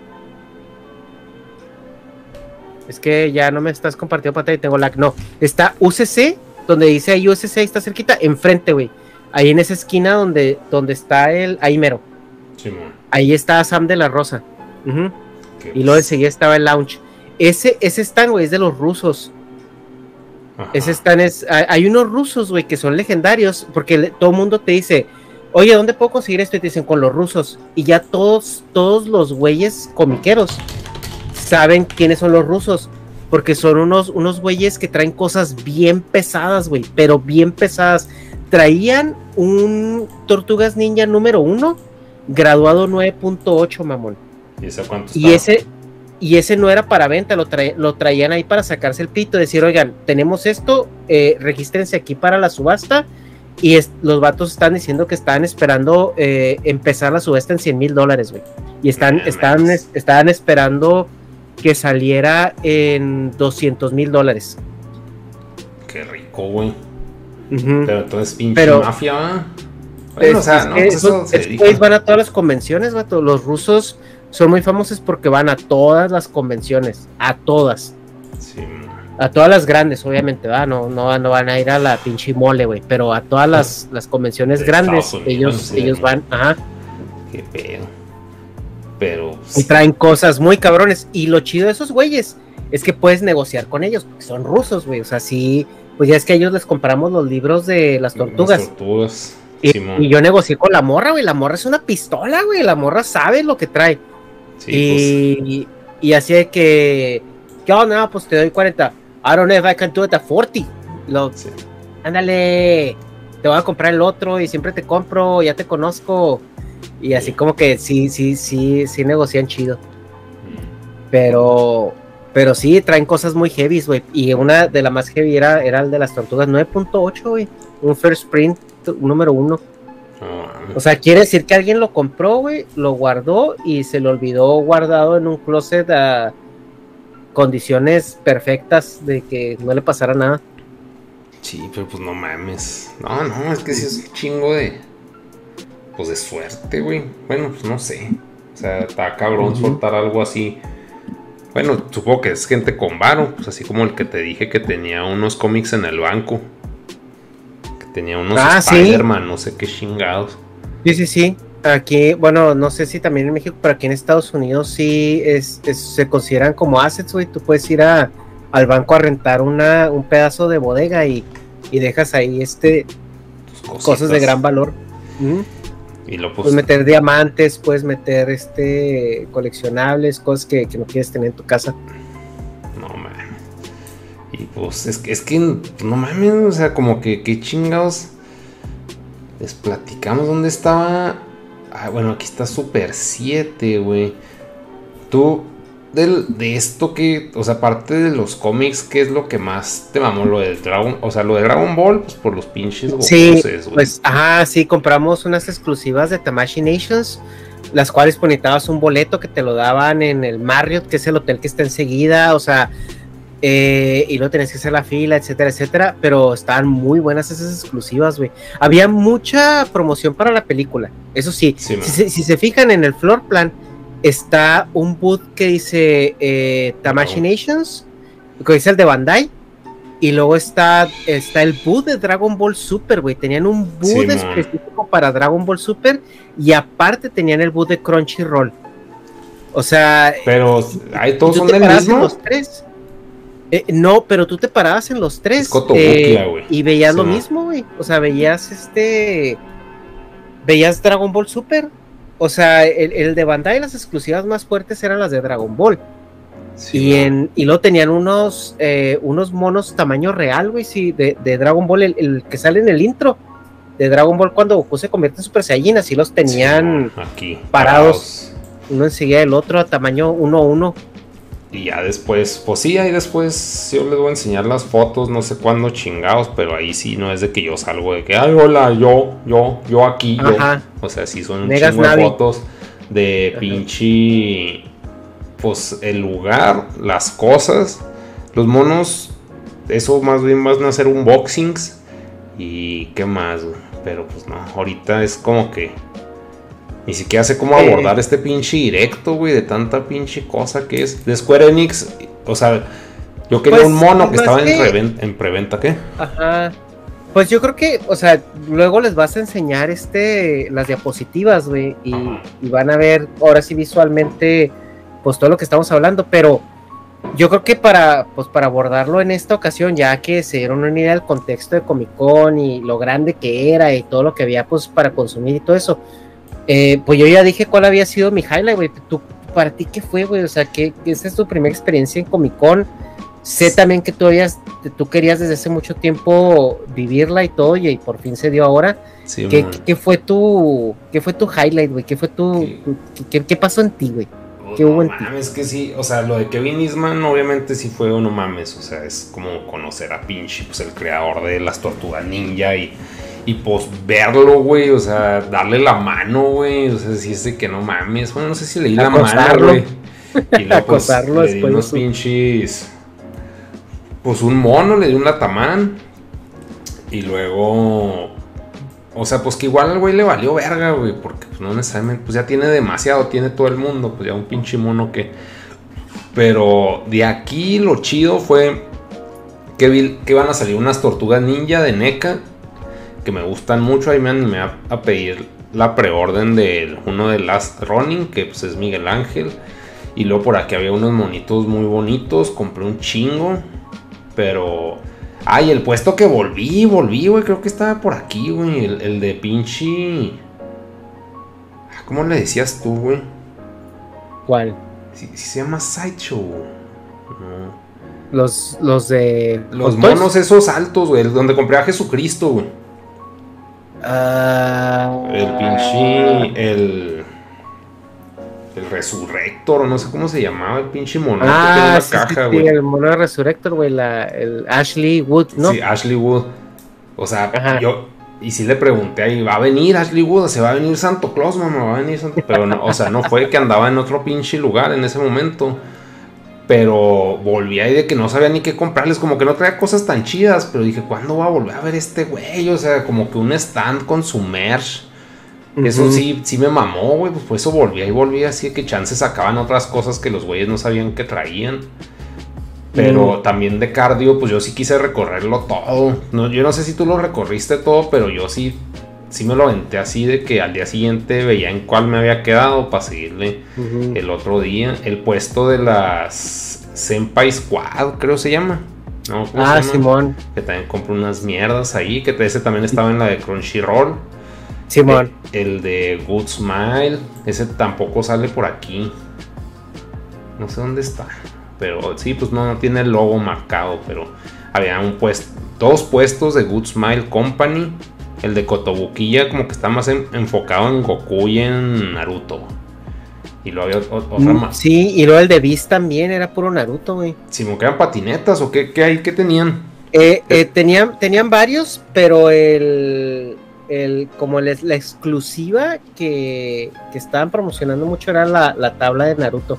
Es que ya no me estás compartiendo pantalla y tengo lag. No. Está U C C. Donde dice ahí U S C, ahí está cerquita. Enfrente, güey. Ahí en esa esquina donde, donde está el... ahí mero. Sí, ahí está Sam de la Rosa. Uh-huh. Y luego enseguida estaba el Lounge. Ese, ese stand, güey, es de los rusos. Ajá. Ese stand es... hay unos rusos, güey, que son legendarios. Porque le, todo el mundo te dice, oye, ¿dónde puedo conseguir esto? Y te dicen, con los rusos. Y ya todos, todos los güeyes comiqueros saben quiénes son los rusos. porque son unos, unos güeyes que traen cosas bien pesadas, güey, pero bien pesadas. Traían un Tortugas Ninja número uno, graduado nueve punto ocho, mamón.
¿Y ese cuánto
estaba? Y ese, y ese no era para venta, lo, tra lo traían ahí para sacarse el pito, decir, oigan, tenemos esto, eh, regístrense aquí para la subasta, y es, los vatos están diciendo que estaban esperando eh, empezar la subasta en cien mil dólares, güey, y están,
Man,
están,
man.
es, estaban esperando que saliera en doscientos mil dólares.
Qué rico, güey.
Uh-huh.
Pero entonces pinche
Pero,
mafia, ¿va? Bueno,
es,
o sea,
es
no,
que
pues
esos,
eso se
esos
dedica.
güeyes van a todas las convenciones, vato. Los rusos son muy famosos porque van a todas las convenciones, a todas.
Sí.
A todas las grandes, obviamente, ¿va? No, no, no van a ir a la pinche mole, güey, pero a todas las, las convenciones
De
grandes,
Unidos,
ellos,
sí,
ellos van, ajá.
Qué pedo. Pero.
Y traen cosas muy cabrones. Y lo chido de esos güeyes es que puedes negociar con ellos, porque son rusos, güey. O sea, sí, pues ya es que a ellos les compramos los libros de las tortugas.
Las tortugas.
Y,
Simón.
y yo negocié con la morra, güey. La morra es una pistola, güey. La morra sabe lo que trae.
Sí,
y, pues. y así de que, ¿qué onda? Pues te doy cuarenta. I don't know if I can do it at forty. Lo,
Sí.
Ándale, te voy a comprar el otro y siempre te compro, ya te conozco. Y así como que sí, sí, sí, sí negocian chido. Pero, pero sí, traen cosas muy heavies, güey. Y una de las más heavy era, era el de las tortugas nueve punto ocho, güey. Un first print número uno.
Oh,
O sea, quiere decir que alguien lo compró, güey, lo guardó y se lo olvidó guardado en un closet a condiciones perfectas de que no le pasara nada.
Sí, pero pues no mames. No, no, es que sí es un chingo de. Pues de suerte, güey. Bueno, pues no sé. O sea, está cabrón uh-huh. soltar algo así. Bueno, supongo que es gente con varo. Pues así como el que te dije que tenía unos cómics en el banco. Que tenía unos
ah,
Spider-Man,
¿sí?
No sé qué chingados.
Sí, sí, sí. Aquí, bueno, no sé si también en México, pero aquí en Estados Unidos sí es, es, se consideran como assets, güey. Tú puedes ir a, al banco a rentar una, un pedazo de bodega y, y dejas ahí este cosas de gran valor. ¿Mm?
Y lo pues,
puedes meter diamantes, puedes meter este coleccionables, cosas que, que no quieres tener en tu casa.
No mames. Y pues es que, es que no mames, o sea, como que qué chingados. Les platicamos dónde estaba. Ah, bueno, aquí está Super siete, güey. Tú, del, de esto que, o sea, aparte de los cómics, ¿qué es lo que más te mamó? Lo de Dragon, o sea, lo de Dragon Ball, pues por los pinches Gokuses,
sí,
güey.
Pues, ajá, sí, compramos unas exclusivas de Tamashii Nations, las cuales conectabas un boleto que te lo daban en el Marriott, que es el hotel que está enseguida, o sea, eh, y no tenías que hacer la fila, etcétera, etcétera, pero estaban muy buenas esas exclusivas, güey. Había mucha promoción para la película, eso sí,
Sí,
si, se, si se fijan en el floor plan, está un booth que dice eh, Tamashii no. Nations, que dice el de Bandai, y luego está, está el booth de Dragon Ball Super, güey. Tenían un booth sí, específico para Dragon Ball Super, y aparte tenían el booth de Crunchyroll. O sea,
pero hay todos son del mismo.
Los tres. Eh, no, pero tú te parabas en los tres
eh,
y veías
sí,
lo
no.
mismo, güey. O sea, veías este, veías Dragon Ball Super. O sea, el, el de Bandai, las exclusivas más fuertes eran las de Dragon Ball. Sí, y, en, y luego tenían unos, eh, unos monos tamaño real, güey, sí, de, de Dragon Ball, el, el que sale en el intro de Dragon Ball cuando Goku se convierte en Super Saiyajin, así los tenían
sí, aquí,
parados, parados, uno enseguida del otro, a tamaño uno a uno.
Y ya después, pues sí, ahí después yo les voy a enseñar las fotos, no sé cuándo chingados, pero ahí sí no es de que yo salgo de que, ay, hola, yo, yo, yo aquí,
Ajá.
yo. O sea, sí son un
Megas
chingo de
Navi.
fotos de Ajá. pinche, pues el lugar, las cosas, los monos, eso más bien van a hacer unboxings y qué más, güey. Pero pues no, ahorita es como que ni siquiera sé cómo abordar eh. este pinche directo, güey, de tanta pinche cosa que es. De Square Enix, o sea, yo quería pues, un mono que estaba que... en, preventa, en preventa, ¿qué?
Ajá. Pues yo creo que, o sea, luego les vas a enseñar este las diapositivas, güey, y, y van a ver ahora sí visualmente, pues todo lo que estamos hablando, pero yo creo que para, pues para abordarlo en esta ocasión, ya que se dieron una idea del contexto de Comic Con y lo grande que era y todo lo que había, pues, para consumir y todo eso, Eh, pues yo ya dije cuál había sido mi highlight, güey. ¿Tú, para ti qué fue, güey? O sea, ¿qué, esa es tu primera experiencia en Comic Con? sé también que tú, habías, tú querías desde hace mucho tiempo vivirla y todo, y por fin se dio ahora.
Sí,
¿Qué, ¿Qué fue tu qué fue tu highlight, güey? ¿Qué fue tu
¿Qué?
¿Qué, qué pasó en ti, güey?
Oh,
¿Qué
no
hubo en ti?
mames, que sí, o sea, lo de Kevin Eastman obviamente sí fue, oh, no mames, o sea, es como conocer a pinche, pues el creador de las Tortugas Ninja y, y pues verlo, güey, o sea, darle la mano, güey, o sea, sí es de que no mames, bueno, no sé si leí la mano, güey, y luego pues
Acosarlo
le di
después de
unos
su-
pinches, pues un mono, le di un latamán, y luego... O sea, pues que igual al güey le valió verga, güey, porque pues no necesariamente, pues ya tiene demasiado, tiene todo el mundo, pues ya un pinche mono que... Pero de aquí lo chido fue que, vi, que van a salir unas Tortugas Ninja de NECA, que me gustan mucho, ahí me animé a, a pedir la preorden de uno de Last Running, que pues es Miguel Ángel, y luego por aquí había unos monitos muy bonitos, compré un chingo, pero... Ay, el puesto que volví, volví, güey. Creo que estaba por aquí, güey. El, el de pinche... ¿Cómo le decías tú, güey?
¿Cuál?
Sí, sí se llama Sideshow. No.
Los, los de...
Los
Hot Toys.
monos esos altos, güey. Donde compré a Jesucristo, güey.
Ah,
El pinche... El... El Resurrector, o no sé cómo se llamaba. El pinche mono que tiene
Ah,
una
sí,
caja,
sí,
güey.
sí, el mono de Resurrector, güey, la, el Ashley Wood, ¿no?
Sí, Ashley Wood. O sea,
Ajá.
yo... Y sí le pregunté ahí, ¿va a venir Ashley Wood? ¿Se va a venir Santo Claus, mamá? ¿Va a venir Santo? Pero no, o sea, no fue que andaba en otro pinche lugar en ese momento. Pero volví ahí de que no sabía ni qué comprarles. Como que no traía cosas tan chidas. Pero dije, ¿cuándo va a volver a ver este güey? O sea, como que un stand con su merch. Eso
Ujú.
sí, sí me mamó, güey. Pues por eso volví ahí, volví así que chances sacaban otras cosas que los güeyes no sabían que traían. Pero
Mm.
también de cardio, pues yo sí quise recorrerlo todo. No, yo no sé si tú lo recorriste todo, pero yo sí, sí me lo aventé así de que al día siguiente veía en cuál me había quedado para seguirle
Ujú.
el otro día. El puesto de las Senpai Squad, creo se llama. ¿No? ¿Cómo
Ah,
se llama?
Simón,
Que también compré unas mierdas ahí. Que ese también estaba en la de Crunchyroll.
Simón.
Eh, el de Good Smile. Ese tampoco sale por aquí. No sé dónde está. Pero sí, pues no, no tiene el logo marcado. Pero había un puesto, dos puestos de Good Smile Company. El de Kotobukiya como que está más en, enfocado en Goku y en Naruto. Y luego había o- otra
Mm,
más.
Sí, y luego el de Beast también era puro Naruto, güey.
Si me quedan patinetas o qué, qué hay, qué tenían.
Eh, eh, tenían, tenían varios, pero el, el como les, la exclusiva que, que estaban promocionando mucho era la, la tabla de Naruto.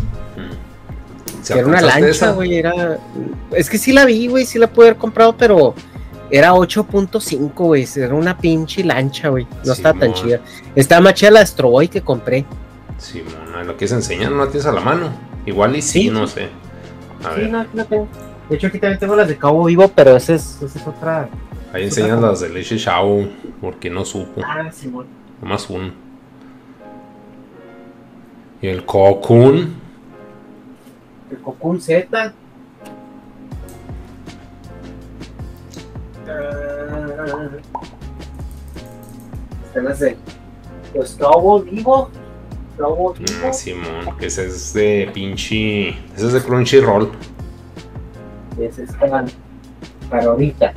¿Se
Que era una
alcanzaste
lancha,
esa?
güey, era... Es que sí la vi, güey, sí la pude haber comprado, pero era ocho punto cinco, güey, era una pinche lancha, güey, no estaba tan
Simón.
chida. Estaba más chida la Astro Boy que compré.
Sí, mona, lo que se enseña no la tienes a la mano. Igual y sí,
Sí,
no
sí.
sé. A
Sí,
ver,
no, aquí la tengo. De hecho, aquí también tengo las de Cabo Vivo, pero esa es, esa es otra...
ahí enseñas las de Leche Shao, porque no supo.
Ah, Simón.
Nomás uno. Y el Cocoon.
El Cocoon Z. Están las de los Cabo Vivo. Cabo Vivo.
Ah, Simón, que ese es de pinche. Ese es de Crunchyroll.
Y ese están para ahorita.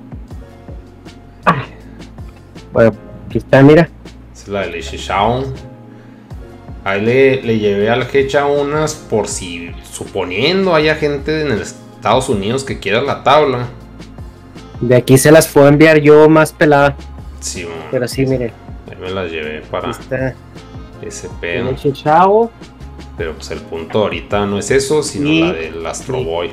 Ah. Bueno, aquí está, mira.
Esa es la de Leche Shao. Ahí le, le llevé al Hecha unas por si, suponiendo haya gente en el Estados Unidos que quiera la tabla.
De aquí se las puedo enviar yo más pelada.
Simón,
Pero sí, mire.
ahí me las llevé para
Aquí está
ese pedo.
el Chavo.
Pero pues el punto ahorita no es eso, sino
Y-
la del Astro
sí.
Boy.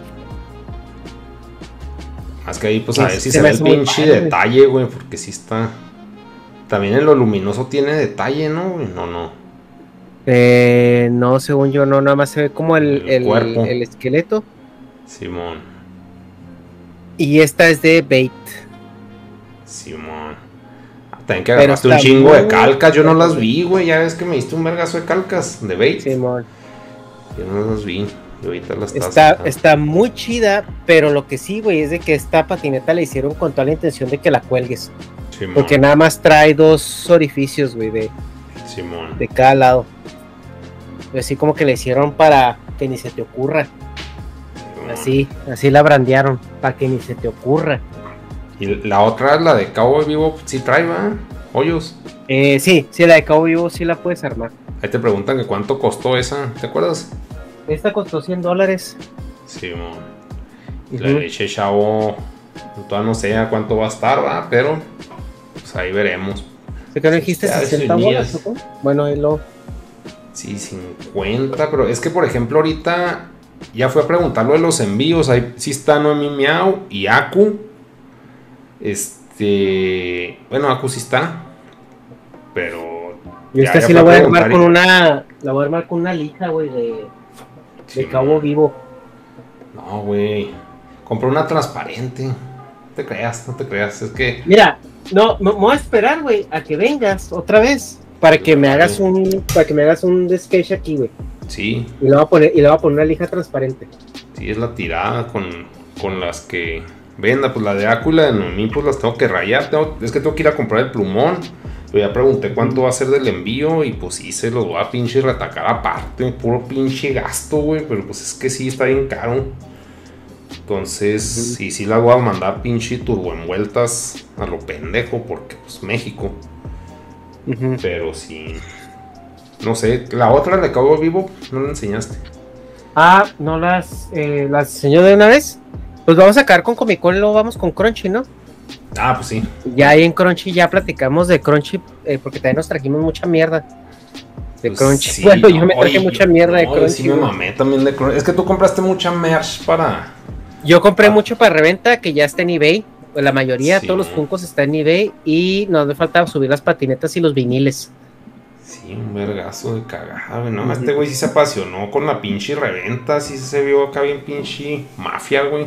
Más que ahí, pues
Que
a ver si
se
se
me
ve el
hace muy
pinche
padre.
detalle, güey, porque sí está. También en lo luminoso tiene detalle, ¿no, güey? No, no.
Eh, no, según yo, no, nada más se ve como el,
El
el,
cuerpo.
el esqueleto.
Simón,
Y esta es de Bait.
Simón. Ah, también que
Pero
agarraste un
está
chingo de
muy
calcas, yo no las
padre.
vi, güey. Ya ves que me diste un vergazo de calcas de bait.
Simón.
Yo no las vi. Y ahorita las estás
Está,
sacando.
está muy chida, pero lo que sí, güey, es de que esta patineta la hicieron con toda la intención de que la cuelgues.
Simón,
Porque nada más trae dos orificios, güey, de,
Simón.
de cada lado. Así como que le hicieron para que ni se te ocurra.
Simón.
Así, así la brandearon, para que ni se te ocurra.
Y la otra, la de Cowboy Vivo, sí trae, ¿va? Hoyos.
Eh, sí, sí, la de Cowboy Vivo sí la puedes armar.
Ahí te preguntan que cuánto costó esa, ¿te acuerdas?
Esta costó cien dólares.
Sí, mon.
Uh-huh.
La leche chavo, todavía no sé a cuánto va a estar, ¿va? Pero, pues ahí veremos.
¿Sé que no dijiste
Ya,
sesenta
eso
bolas?
es.
¿No? Bueno, ahí lo...
Sí, cincuenta, pero es que por ejemplo ahorita ya fui a preguntar lo de los envíos, ahí sí está Noemi Miau y Aku. Este, bueno, Aku sí está, pero
yo esta sí la voy a armar con una, la voy a armar con una lija, güey, de,
sí,
de Cabo Vivo.
No, güey, compré una transparente, no te creas, no te creas, es que...
Mira, no, me voy a esperar, güey, a que vengas otra vez. Para que me hagas un, para que me hagas un sketch aquí, güey.
Sí.
Y le voy a poner, y le voy a poner una lija transparente.
Sí, es la tirada con, con las que venda, pues la de Aku y la de Noemí, pues las tengo que rayar. Tengo, es que tengo que ir a comprar el plumón. Pero ya pregunté cuánto va a ser del envío y pues sí se los voy a pinche retacar aparte, puro pinche gasto, güey. Pero pues es que sí está bien caro. Entonces, uh-huh. sí, sí las voy a mandar pinche turbo envueltas a lo pendejo, porque pues México. Uh-huh. Pero sí, no sé, la otra de Cowboy Vivo no la enseñaste.
Ah, no las eh, las enseñó de una vez. Pues vamos a acabar con Comic Con y luego vamos con Crunchy, ¿no?
Ah, pues sí.
Ya ahí en Crunchy ya platicamos de Crunchy, eh, porque también nos trajimos mucha mierda de pues Crunchy. Sí, bueno, no, yo me traje oye, mucha mierda no, de Crunchy.
Sí, me mamé también de Crunchy. Es que tú compraste mucha merch para.
Yo compré ah. mucho para reventa que ya está en eBay. La mayoría, sí. Todos los Funkos están en eBay y nos me falta subir las patinetas y los viniles.
Sí, un vergazo de cagada, ¿no? Uh-huh. Este güey sí se apasionó con la pinche reventa, sí se vio acá bien pinche mafia, güey.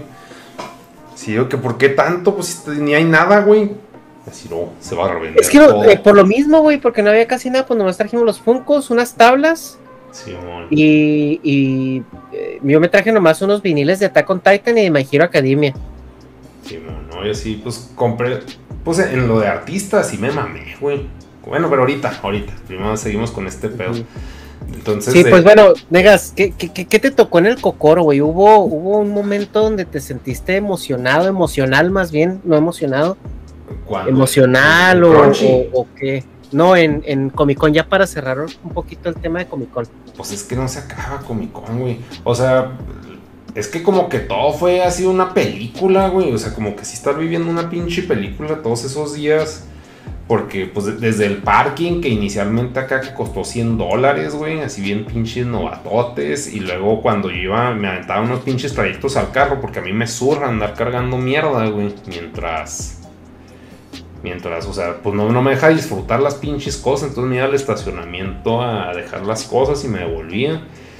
Sí, digo que ¿por qué tanto? Pues ni hay nada, güey. Así no, se va a revender.
Es que todo. Eh, por lo mismo, güey, porque no había casi nada, pues nomás trajimos los Funkos, unas tablas.
Sí, bueno.
Y, y eh, yo me traje nomás unos viniles de Attack on Titan y de My Hero Academia.
Sí, no, yo sí, pues compré, pues en lo de artistas sí me mamé, güey. Bueno, pero ahorita, ahorita, primero seguimos con este pedo. Entonces,
sí,
de...
pues bueno, Negas, ¿qué, qué, qué te tocó en el Cocoro, güey? ¿Hubo, ¿Hubo un momento donde te sentiste emocionado, emocional más bien, no emocionado?
¿Cuándo?
¿Emocional o, o, o qué? No, en, en Comic Con, ya para cerrar un poquito el tema de Comic Con.
Pues es que no se acaba Comic Con, güey. O sea... Es que como que todo fue así una película, güey. O sea, como que sí estar viviendo una pinche película todos esos días. Porque pues desde el parking, que inicialmente acá que costó cien dólares, güey. Así bien pinches novatotes. Y luego cuando yo iba, me aventaba unos pinches trayectos al carro. Porque a mí me zurra andar cargando mierda, güey. Mientras... Mientras, o sea, pues no, no me deja disfrutar las pinches cosas. Entonces me iba al estacionamiento a dejar las cosas y me devolvía.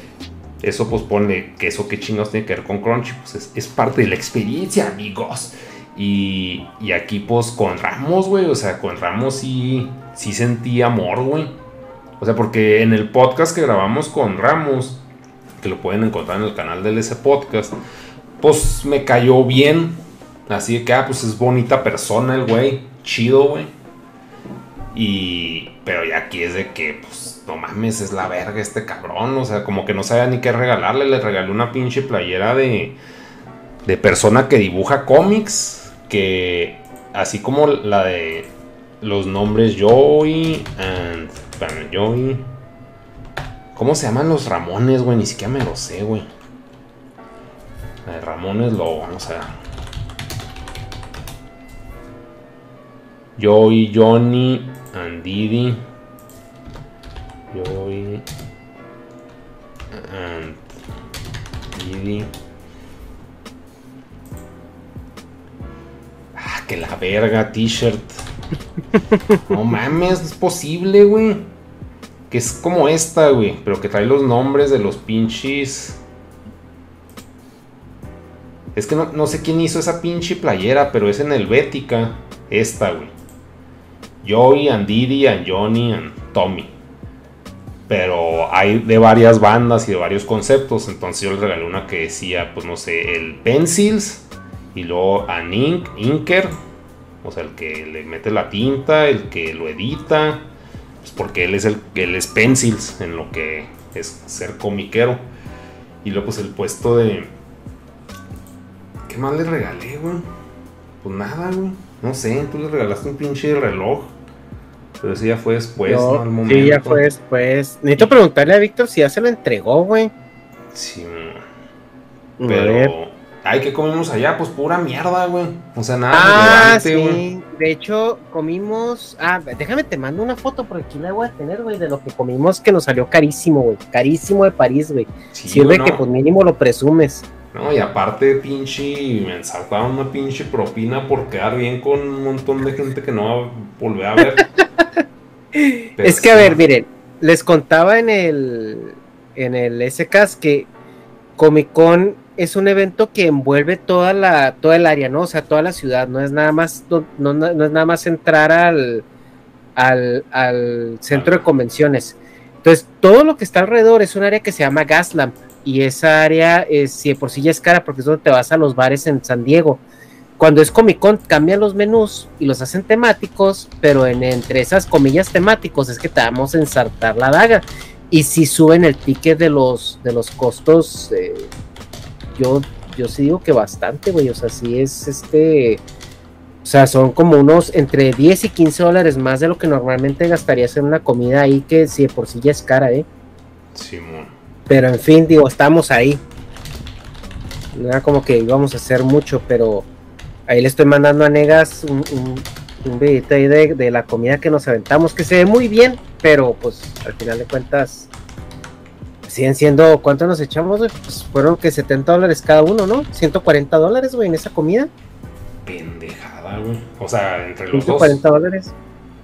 Eso pues ponle que eso qué chingados tiene que ver con Crunchy, pues es, es parte de la experiencia, amigos. Y, y aquí pues con Ramos, güey, o sea, con Ramos sí, sí sentí amor, güey. O sea, porque en el podcast que grabamos con Ramos, que lo pueden encontrar en el canal del ese podcast, pues me cayó bien. Así de que, ah, pues es bonita persona el güey, chido, güey. Y, pero ya aquí es de que, pues, no mames, es la verga este cabrón. O sea, como que no sabía ni qué regalarle. Le regalé una pinche playera de de persona que dibuja cómics, que así como la de los nombres Joey and bueno, Joey, ¿cómo se llaman los Ramones, güey? Ni siquiera me lo sé, güey. La de Ramones lo vamos a ver. Joey, Johnny and Didi. Joey and Didi. Ah, que la verga, t-shirt. No mames, es posible, güey. Que es como esta, güey, pero que trae los nombres de los pinches. Es que no, no sé quién hizo esa pinche playera, pero es en Helvética. Esta, güey. Joey and Didi and Johnny and Tommy. Pero hay de varias bandas y de varios conceptos. Entonces yo les regalé una que decía, pues no sé, el Pencils. Y luego an ink, Inker. O sea, el que le mete la tinta, el que lo edita. Pues porque él es el él es Pencils en lo que es ser comiquero. Y luego pues el puesto de ¿Qué más le regalé, güey? Pues nada, güey. No sé, tú le regalaste un pinche reloj. Pero ese ya fue después,
Yo,
¿no? Al momento.
Sí, ya fue después. Necesito preguntarle a Víctor si ya se lo entregó, güey.
Sí,
A
pero...
ver.
Ay, ¿qué comimos allá? Pues pura mierda, güey. O sea, nada
Ah,
relevante, güey.
sí. De hecho, comimos. Ah, déjame te mando una foto porque aquí la voy a tener, güey, de lo que comimos que nos salió carísimo, güey. Carísimo de París, güey.
Sí,
Sirve
güey,
que
no.
pues mínimo lo presumes.
No, y aparte, pinche, me ensartaron una pinche propina por quedar bien con un montón de gente que no va a volver a ver. Pero
Es que, a
sí,
ver, miren, les contaba en el en el S K S que Comic Con es un evento que envuelve toda la toda el área, ¿no? O sea, toda la ciudad, no es nada más no, no, no es nada más entrar al al, al centro de convenciones. Entonces, todo lo que está alrededor es un área que se llama Gaslamp y esa área es, si de por sí ya es cara porque es donde te vas a los bares en San Diego. Cuando es Comic Con cambian los menús y los hacen temáticos, pero en, entre esas comillas temáticos es que te vamos a ensartar la daga. Y si suben el ticket de los, de los costos, eh, yo, yo sí digo que bastante, güey. O sea, sí es este. O sea, son como unos entre diez y quince dólares más de lo que normalmente gastarías en una comida ahí, que si de por sí ya es cara, ¿eh?
Simón.
Pero en fin, digo, estamos ahí. No era como que íbamos a hacer mucho, pero ahí le estoy mandando a Negas un, un, un videito ahí de, de la comida que nos aventamos, que se ve muy bien, pero pues al final de cuentas siguen siendo, ¿cuánto nos echamos, güey? Pues fueron que setenta dólares cada uno, ¿no? ciento cuarenta dólares, güey, en esa comida.
Pendejada, güey. O sea, entre los
ciento
dos.
cuarenta dólares.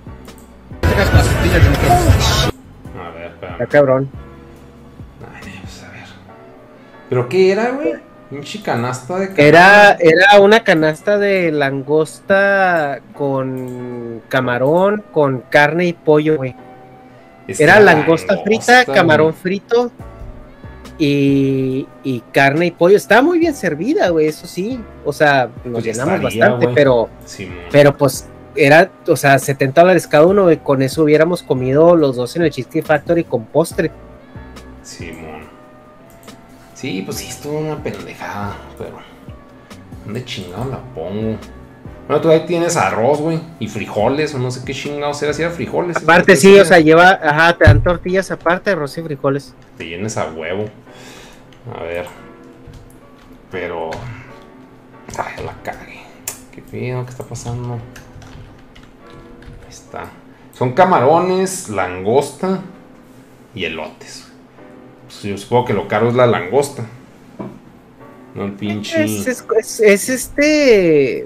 A ver, espérame.
Está cabrón.
Ay, pues a ver. ¿Pero qué era, güey? Pinche canasta de canasta.
Era, era una canasta de langosta con camarón, con carne y pollo, güey.
Es que
Era
la
langosta, frita,
güey.
camarón frito y, y carne y pollo. Estaba muy bien servida, güey, eso sí. O sea, nos
Pues ya
llenamos
estaría,
bastante,
güey.
pero,
Simón.
pero pues era, o sea, setenta dólares cada uno, güey. Con eso hubiéramos comido los dos en el Cheesecake Factory con postre.
Simón. Sí, pues sí, estuvo una pendejada, pero ¿dónde chingado la pongo? Bueno, tú ahí tienes arroz, güey, y frijoles, o no sé qué chingados era, si era frijoles.
Aparte, sí, o sea, lleva, ajá, te dan tortillas aparte, arroz y frijoles.
Te llenes a huevo. A ver. Pero... Ay, la cagué. Qué feo, ¿qué está pasando? Ahí está. Son camarones, langosta y elotes. Pues yo supongo que lo caro es la langosta. No el pinche...
Es, es, es, es este...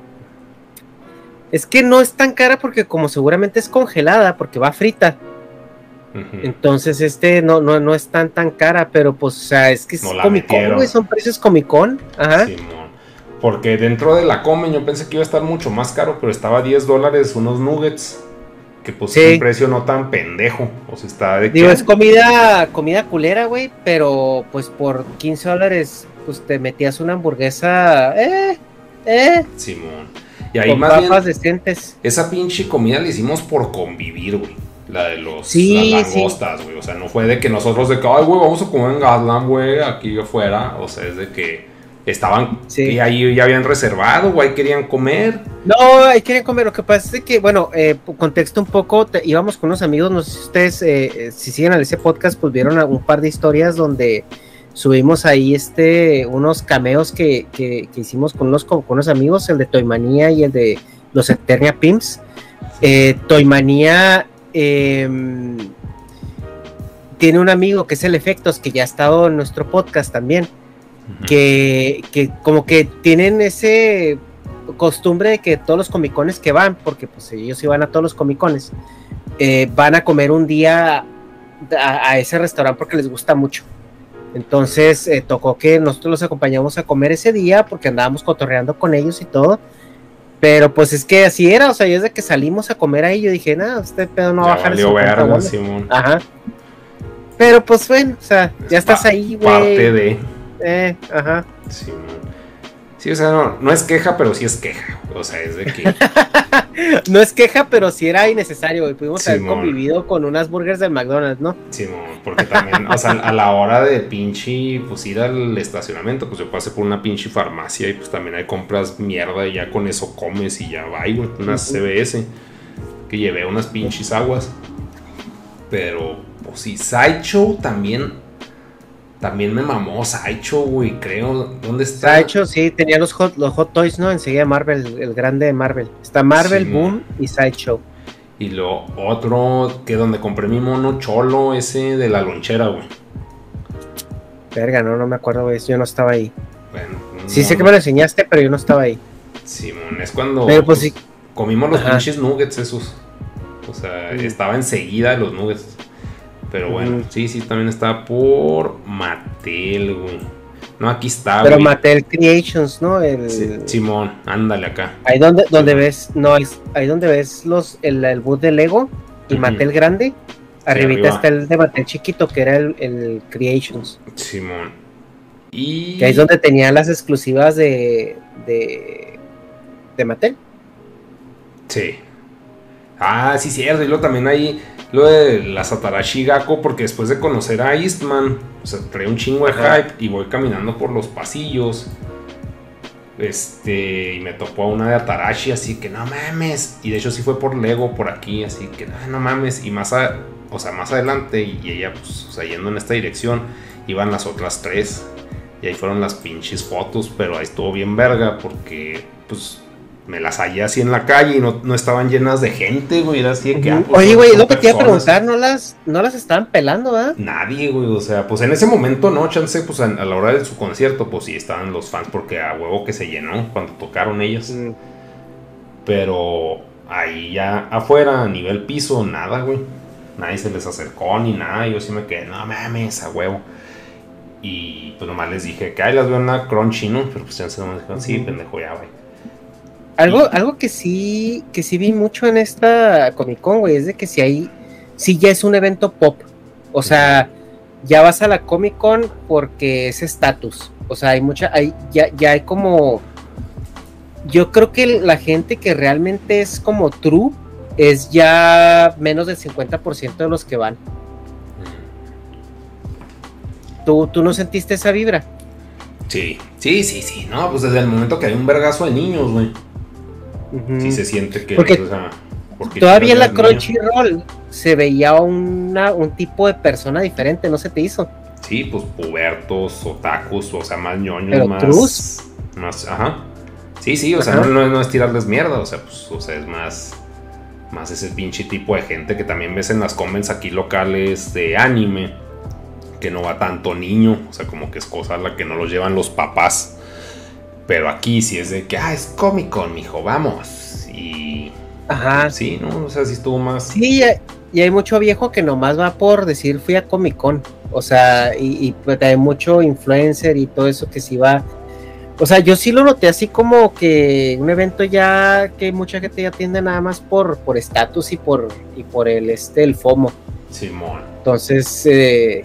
Es que no es tan cara porque como seguramente es congelada, porque va frita.
Uh-huh.
Entonces este no, no, no es tan tan cara, pero pues, o sea, es que es
No la
Comic Con,
metieron.
güey, son precios Comic Con. Ajá.
Simón. Porque dentro de la Comen yo pensé que iba a estar mucho más caro, pero estaba a diez dólares unos nuggets. Que pues
Sí.
es un precio no tan pendejo. O sea, está de
Digo,
que...
es comida, comida culera, güey, pero pues por quince dólares, pues te metías una hamburguesa, eh, eh,
Simón. Y ahí
con
más
papas
bien,
decentes.
esa pinche comida la hicimos por convivir, güey. La de los
Sí,
las langostas, güey. O sea, no fue de que nosotros de que, ay, güey, vamos a comer en Gaslamp, güey, aquí afuera. O sea, es de que estaban,
Sí.
y ahí ya habían reservado, güey, querían comer.
No, ahí querían comer. Lo que pasa es que, bueno, eh, contexto un poco. Te, íbamos con unos amigos. No sé si ustedes, eh, si siguen al ese podcast, pues vieron un par de historias donde subimos ahí este unos cameos que, que, que hicimos con unos, con unos amigos, el de Toymanía y el de los Eternia Pimps. Eh, Toymanía eh, tiene un amigo que es el Efectos, que ya ha estado en nuestro podcast también. Que, que como que tienen ese costumbre de que todos los comicones que van, porque pues ellos iban a todos los comicones, eh, van a comer un día a, a ese restaurante porque les gusta mucho. Entonces eh, tocó que nosotros los acompañamos a comer ese día porque andábamos cotorreando con ellos y todo. Pero pues es que así era, o sea, yo desde que salimos a comer ahí yo dije, nada, este pedo no va a bajar
valió verga, Simón.
Ajá. Pero pues bueno, o sea, ya
Es
estás
pa-
ahí, güey.
Parte de...
Eh, ajá.
Simón. Sí, o sea, no, no es queja, pero sí es queja. O sea, es de que...
No es queja, pero sí era innecesario, güey. Pudimos
Simón.
haber convivido con unas burgers del McDonald's, ¿no?
Sí, no, porque también, o sea, a la hora de pinche, pues ir al estacionamiento, pues yo pasé por una pinche farmacia y pues también hay compras mierda y ya con eso comes y ya va, güey, unas
Uh-huh.
C B S, que llevé unas pinches aguas. Pero, pues sí, Sideshow también... También me mamó Sideshow, güey, creo. ¿Dónde está?
Sideshow, sí, tenía los hot, los hot toys, ¿no? Enseguida Marvel, el grande de Marvel. Está Marvel,
Sí,
Boom y Sideshow.
Y lo otro, que donde compré mi mono cholo, ese de la lonchera, güey.
Verga, no, no me acuerdo, güey. Yo no estaba ahí.
Bueno,
Sí,
mono.
sé que me lo enseñaste, pero yo no estaba ahí.
Simón, es cuando
Pero pues,
pues,
sí.
comimos los
Ajá.
pinches nuggets esos. O sea,
Mm.
estaba enseguida los nuggets. Pero bueno,
Mm.
sí, sí, también está por Mattel, güey. No, aquí está,
Pero
güey.
Mattel Creations, ¿no? El,
Sí, Simón, ándale acá.
ahí donde, donde
Sí.
ves, no, es ahí donde ves los, el, el boot de Lego y
Ujú.
Mattel grande. Arribita
arriba.
está el de Mattel chiquito, que era el, el Creations.
Simón. Y...
Que ahí es donde tenía las exclusivas de, de, de Mattel.
Sí. Ah, sí, cierto. Y luego también hay lo de la Satarashi Gakko, porque después de conocer a Eastman, o sea, trae un chingo de
Ajá.
hype y voy caminando por los pasillos. Este, y me topó a una de Atarashi, así que no mames. Y de hecho sí fue por Lego por aquí, así que no, no mames. Y más, a, o sea, más adelante, y ella, pues, o sea, yendo en esta dirección, iban las otras tres. Y ahí fueron las pinches fotos, pero ahí estuvo bien verga, porque, pues, me las hallé así en la calle y no, no estaban llenas de gente, güey. Era así de que, ah, pues,
Oye,
son-
güey,
son
lo que te iba a
personas.
preguntar, ¿no las, no las estaban pelando, ¿verdad?
Nadie, güey, o sea, pues en ese momento no, chance, pues a, a la hora de su concierto, pues sí estaban los fans, porque a huevo que se llenó cuando tocaron ellas.
Mm.
Pero ahí ya afuera, a nivel piso, nada, güey. Nadie se les acercó ni nada. Yo sí me quedé, no mames, a huevo. Y pues nomás les dije que ahí las veo en la Crunchy, ¿no? Pero pues ya se me dijeron, sí,
Ujú.
pendejo, ya, güey.
Algo, algo que sí, que sí vi mucho en esta Comic Con, güey, es de que si hay, sí ya es un evento pop. O sea, ya vas a la Comic Con porque es estatus. O sea, hay mucha, hay, ya, ya hay como. Yo creo que la gente que realmente es como true es ya menos del cincuenta por ciento de los que van. ¿Tú, tú no sentiste esa vibra?
Sí, sí, sí, sí. No, pues desde el momento que hay un vergazo de niños, güey.
Ujú.
Sí se siente que...
Porque
o sea, porque
Todavía en la
las niñas-
Crunchyroll se veía una, un tipo de persona diferente, ¿no se te hizo?
Sí, pues pubertos, otakus, o sea, más ñoños,
Pero
más...
trus.
Más, ajá. Sí, sí, o sea,
Ajá.
no, no, no es tirarles mierda, o sea, pues, o sea, es más... Más ese pinche tipo de gente que también ves en las convents aquí locales de anime, que no va tanto niño, o sea, como que es cosa a la que no los llevan los papás. Pero aquí sí es de que, ah, es Comic Con, mijo, vamos. Y...
Ajá.
Sí, ¿no? O sea, sí estuvo más...
Sí, y hay mucho viejo que nomás va por decir fui a Comic Con. O sea, y, y pues hay mucho influencer y todo eso que sí va. O sea, yo sí lo noté así como que un evento ya que mucha gente ya atiende nada más por por estatus y por y por el este el FOMO.
Simón.
Entonces, eh,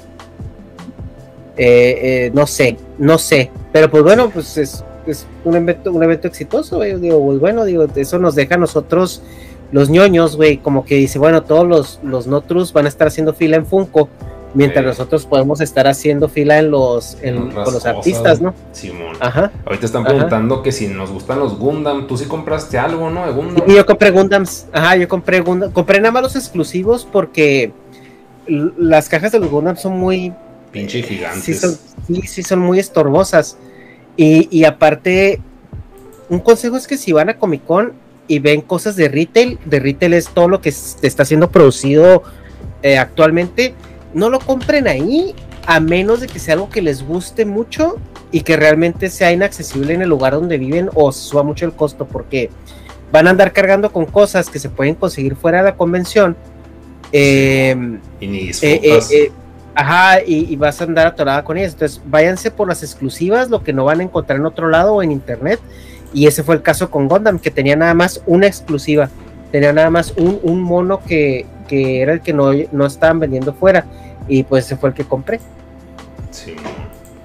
eh, eh, no sé, no sé. Pero pues bueno, pues es, es un evento, un evento exitoso, güey. Digo, pues bueno, digo, eso nos deja a nosotros, los ñoños, güey, como que dice, bueno, todos los, los no trus van a estar haciendo fila en Funko, mientras
Sí.
nosotros podemos estar haciendo fila en los, en,
En otras
con los
cosas,
artistas, ¿no?
Simón.
Ajá.
Ahorita están
Ajá.
preguntando que si nos gustan los Gundam. Tú sí compraste algo, ¿no? De Gundam.
Y yo compré Gundams, ajá, yo compré Gundam, compré nada más los exclusivos porque l- las cajas de los Gundam son muy
Pinche gigantes.
Sí son, sí, sí son muy estorbosas. Y, y aparte, un consejo es que si van a Comic Con y ven cosas de retail, de retail es todo lo que s- está siendo producido eh, actualmente, no lo compren ahí, a menos de que sea algo que les guste mucho y que realmente sea inaccesible en el lugar donde viven o suba mucho el costo, porque van a andar cargando con cosas que se pueden conseguir fuera de la convención. Eh,
Y ni
eh,
disfrutas.
eh, eh, ajá, y, y vas a andar atorada con ellas. Entonces, váyanse por las exclusivas, lo que no van a encontrar en otro lado o en internet. Y ese fue el caso con Gundam, que tenía nada más una exclusiva. Tenía nada más un, un mono que, que era el que no, no estaban vendiendo fuera. Y pues ese fue el que compré.
Simón.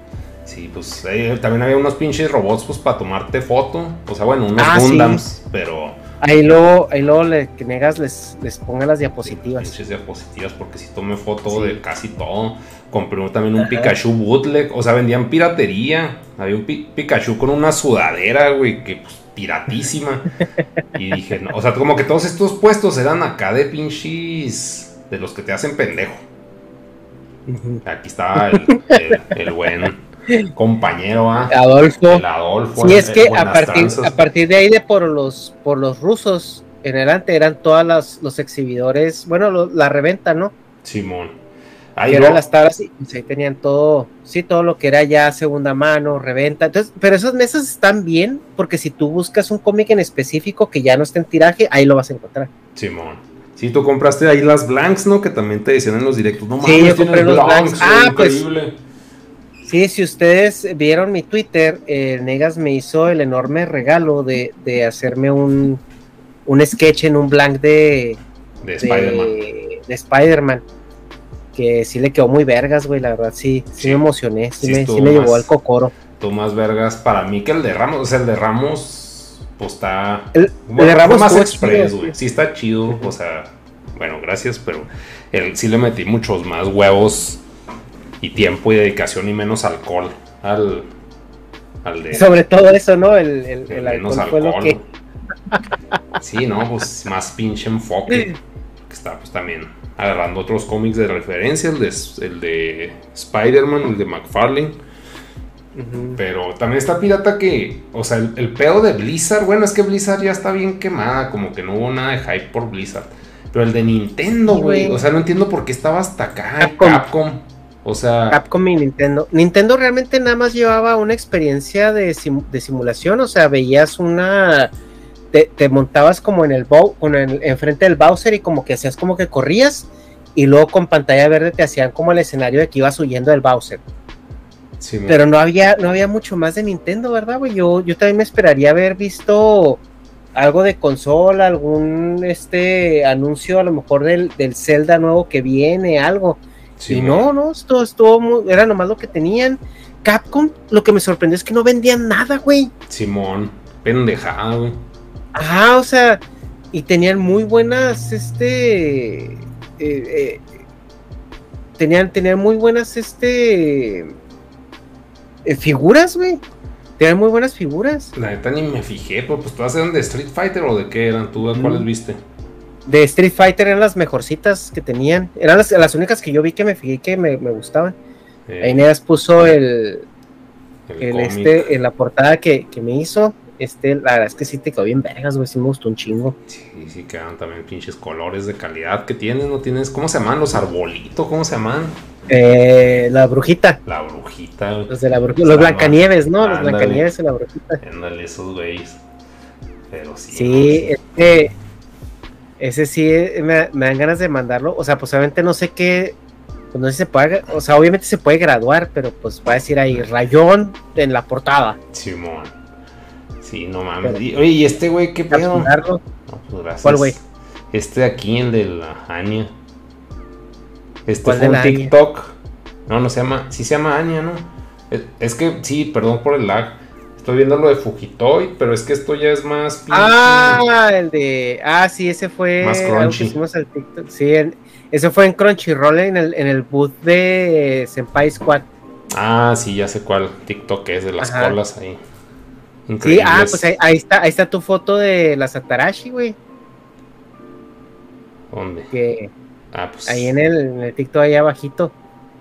Sí, pues eh, también había unos pinches robots pues para tomarte foto. O sea, bueno, unos
Ah,
Gundams,
sí.
pero...
Ahí luego, ahí luego le, que Negas les, les ponga las diapositivas.
Pinches diapositivas, porque si tomé foto
Sí.
de casi todo. Compré también un
Ajá.
Pikachu bootleg. O sea, vendían piratería. Había un pi Pikachu con una sudadera, güey, que pues piratísima. Y dije, no, o sea, como que todos estos puestos eran acá de pinches... de los que te hacen pendejo.
Uh-huh.
Aquí estaba el, el, el buen compañero, ¿ah?
Adolfo.
El Adolfo.
Sí,
el,
es que
el
a partir, a partir de ahí de por los, por los rusos en adelante eran todas las, los exhibidores, bueno, lo, la reventa, ¿no?
Simón.
Ahí eran no. las tablas y pues ahí tenían todo, sí, todo lo que era ya segunda mano, reventa. Entonces, pero esas mesas están bien porque si tú buscas un cómic en específico que ya no esté en tiraje, ahí lo vas a encontrar.
Simón. Sí, tú compraste ahí las blanks, ¿no? Que también te decían en los directos. No
sí,
mames,
yo compré los blanks. blanks. Ah, increíble. Pues, sí, si ustedes vieron mi Twitter, eh, Negas me hizo el enorme regalo de, de hacerme un, un sketch en un blank de...
De Spider-Man.
De, de Spider-Man. Que sí le quedó muy vergas, güey, la verdad, sí, sí, sí me emocioné, sí, sí, me, sí me llevó al cocoro.
Tú más vergas para mí que el de Ramos, o sea, el de Ramos, pues está...
El, bueno, el de Ramos
más express, güey, sí está chido, uh-huh. O sea, bueno, gracias, pero el, sí le metí muchos más huevos y tiempo y dedicación y menos alcohol al, al de...
Sobre todo eso, ¿no? El, el, el, el
menos
alcohol,
alcohol.
Fue lo que...
Sí, no, pues más pinche enfoque, que está pues también... agarrando otros cómics de referencia, el de, el de Spider-Man, el de McFarlane. Uh-huh. Pero también está pirata que, o sea, el, el pedo de Blizzard, bueno, es que Blizzard ya está bien quemada, como que no hubo nada de hype por Blizzard. Pero el de Nintendo, güey, sí, o sea, no entiendo por qué estaba hasta acá, Capcom. Capcom. O sea...
Capcom y Nintendo. Nintendo realmente nada más llevaba una experiencia de, sim de simulación, o sea, veías una... Te, te montabas como en el con el enfrente del Bowser y como que hacías como que corrías y luego con pantalla verde te hacían como el escenario de que ibas huyendo del Bowser. Sí, pero no había no había mucho más de Nintendo, ¿verdad, güey? Yo, yo también me esperaría haber visto algo de consola, algún este anuncio a lo mejor del, del Zelda nuevo que viene, algo. Sí, y no, no, esto estuvo muy, era nomás lo que tenían. Capcom, lo que me sorprendió es que no vendían nada, güey.
Simón, pendejada, güey.
Ajá, o sea, y tenían muy buenas, este, eh, eh, tenían, tenían muy buenas, este, eh, figuras, güey, tenían muy buenas figuras.
La neta ni me fijé, pero pues todas eran de Street Fighter o de qué eran, ¿tú mm. cuáles viste?
De Street Fighter eran las mejorcitas que tenían, eran las, las únicas que yo vi que me fijé que me, me gustaban. Eh, Ahí Negas puso el, el, el este, en la portada que, que me hizo. Este, la verdad es que sí te quedó bien vergas, güey, sí me gustó un chingo.
Sí, sí quedan también pinches colores de calidad que tienes, ¿no tienes? ¿Cómo se llaman? ¿Los arbolitos? ¿Cómo se llaman?
Eh, la brujita.
La brujita.
Los de la brujita, los Blancanieves, ¿no? Ándale, los Blancanieves y la brujita.
Ándale, esos güeyes. Pero sí.
Sí, no, este, ese sí me, me dan ganas de mandarlo, o sea, pues obviamente no sé qué, pues no sé si se puede, o sea, obviamente se puede graduar, pero pues va a decir ahí, rayón en la portada.
Simón. Sí, no mames. Pero, oye, ¿y este güey qué pedo? No,
pues gracias. ¿Cuál güey?
Este de aquí, el de la Anya. Este fue un TikTok. Anya? No, no se llama. Sí se llama Anya, ¿no? Es, es que, sí, perdón por el lag. Estoy viendo lo de Fugitoy, pero es que esto ya es más.
Pinche. Ah, el de. Ah, sí, ese fue.
Más crunchy.
Al TikTok. Sí, en, ese fue en Crunchyroll en el, en el booth de Senpai Squad.
Ah, sí, ya sé cuál TikTok es, de las Ajá. colas ahí.
Sí, ah, pues ahí, ahí está, ahí está tu foto de la Satarashi, güey.
¿Dónde?
Que
ah, pues.
Ahí en el, en el TikTok ahí abajito.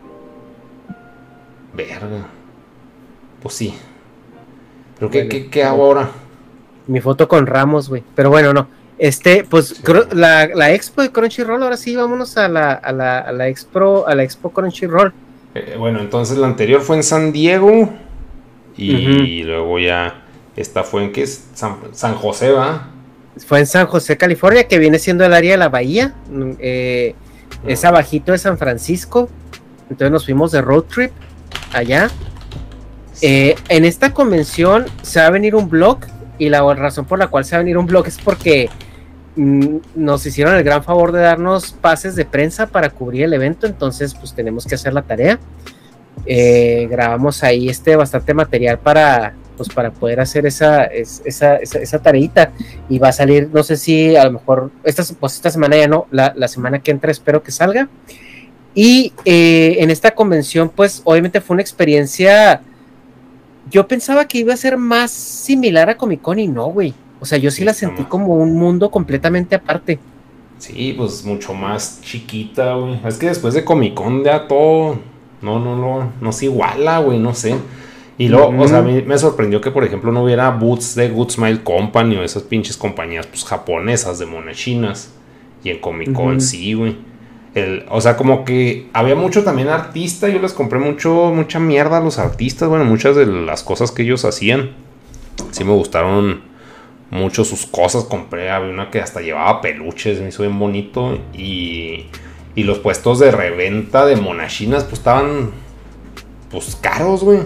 Verga. Pues sí. ¿Pero bueno, qué, qué, qué hago ahora?
Mi foto con Ramos, güey. Pero bueno, no. Este, pues sí. la, la expo de Crunchyroll, ahora sí, vámonos a la, a la, a la expo, a la expo Crunchyroll.
Eh, bueno, entonces la anterior fue en San Diego. Y uh-huh. luego ya. Esta fue en, ¿qué es? San, San José, ¿va?
Fue en San José, California, que viene siendo el área de la bahía. Eh, no. Es abajito de San Francisco. Entonces nos fuimos de road trip allá. Sí. Eh, en esta convención se va a venir un blog. Y la razón por la cual se va a venir un blog es porque mm, nos hicieron el gran favor de darnos pases de prensa para cubrir el evento. Entonces, pues tenemos que hacer la tarea. Eh, grabamos ahí este bastante material para, pues, para poder hacer esa, esa, esa, esa tareita, y va a salir, no sé si a lo mejor esta, pues esta semana ya no, la, la semana que entra espero que salga. Y eh, en esta convención, pues obviamente fue una experiencia, yo pensaba que iba a ser más similar a Comic Con y no, güey. O sea, yo sí, sí la sentí más como un mundo completamente aparte.
Sí, pues mucho más chiquita, güey. Es que después de Comic Con ya todo no, no, no, no se iguala, güey, no sé. Y luego, mm. o sea, a mí me sorprendió que, por ejemplo, no hubiera booths de Good Smile Company o esas pinches compañías, pues, japonesas de monachinas. Y en Comic Con uh-huh. sí, güey. El, o sea, como que había mucho también artista. Yo les compré mucho, mucha mierda a los artistas. Bueno, muchas de las cosas que ellos hacían. Sí me gustaron mucho sus cosas. Compré, había una que hasta llevaba peluches, me hizo bien bonito. Y, y los puestos de reventa de monachinas, pues estaban, pues, caros, güey.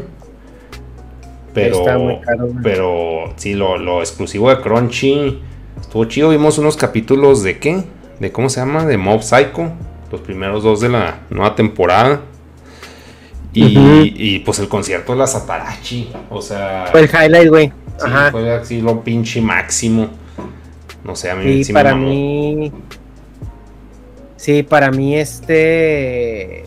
Pero, muy caro, güey. Pero sí, lo, lo exclusivo de Crunchy estuvo chido. Vimos unos capítulos de ¿qué? De ¿cómo se llama? De Mob Psycho. Los primeros dos de la nueva temporada. Y, uh-huh. y pues el concierto de la Satarachi. O sea,
fue el highlight, güey.
Sí, Ajá. fue así lo pinche máximo. No sé, a mí
sí,
sí
para
me mamó.
mí. Sí, para mí este.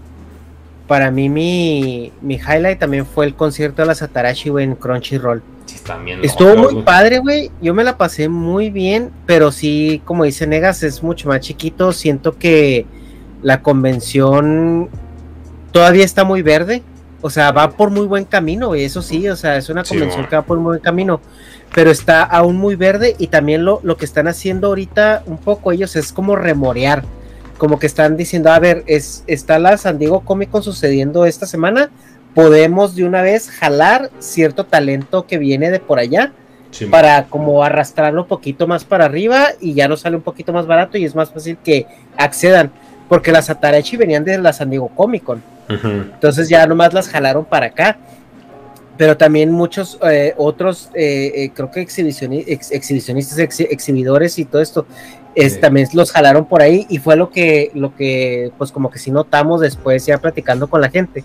Para mí mi, mi highlight también fue el concierto de la Satarachi, güey, en Crunchyroll.
Sí, también
estuvo locos, muy güey. padre, güey. Yo me la pasé muy bien, pero sí, como dice Negas, es mucho más chiquito. Siento que la convención todavía está muy verde. O sea, va por muy buen camino, güey. Eso sí, o sea, es una convención sí, que va por muy buen camino. Pero está aún muy verde, y también lo, lo que están haciendo ahorita un poco ellos es como remorear. Como que están diciendo, a ver, es, está la San Diego Comic Con sucediendo esta semana, podemos de una vez jalar cierto talento que viene de por allá, sí, para como arrastrarlo un poquito más para arriba, y ya nos sale un poquito más barato y es más fácil que accedan, porque las Satarachi venían de la San Diego Comic Con, uh-huh. entonces ya nomás las jalaron para acá. Pero también muchos eh, otros, eh, eh, creo que exhibicioni- ex- exhibicionistas, ex- exhibidores y todo esto, es, sí. también los jalaron por ahí, y fue lo que, lo que, pues como que sí notamos después ya platicando con la gente,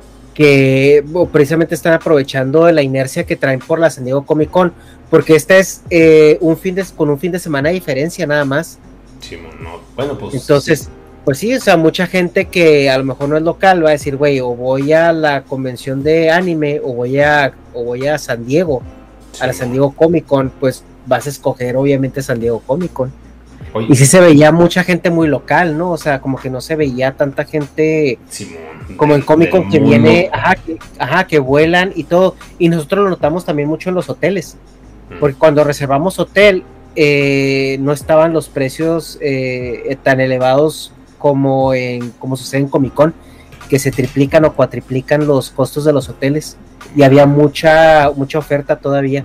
que bueno, precisamente están aprovechando de la inercia que traen por la San Diego Comic Con, porque esta es eh, un fin de, con un fin de semana de diferencia nada más.
Sí, no, bueno, pues.
Entonces, sí. Pues sí, o sea, mucha gente que a lo mejor no es local va a decir, güey, o voy a la convención de anime, o voy a, o voy a San Diego, sí, a la San Diego Comic Con, pues vas a escoger obviamente San Diego Comic Con. Oye. Y sí se veía mucha gente muy local, ¿no? O sea, como que no se veía tanta gente Simón, como en Comic Con que mundo. viene, ajá que, ajá, que vuelan y todo. Y nosotros lo notamos también mucho en los hoteles, mm. porque cuando reservamos hotel, eh, no estaban los precios eh, tan elevados como en como sucede en Comic Con, que se triplican o cuatriplican los costos de los hoteles, y había mucha mucha oferta todavía.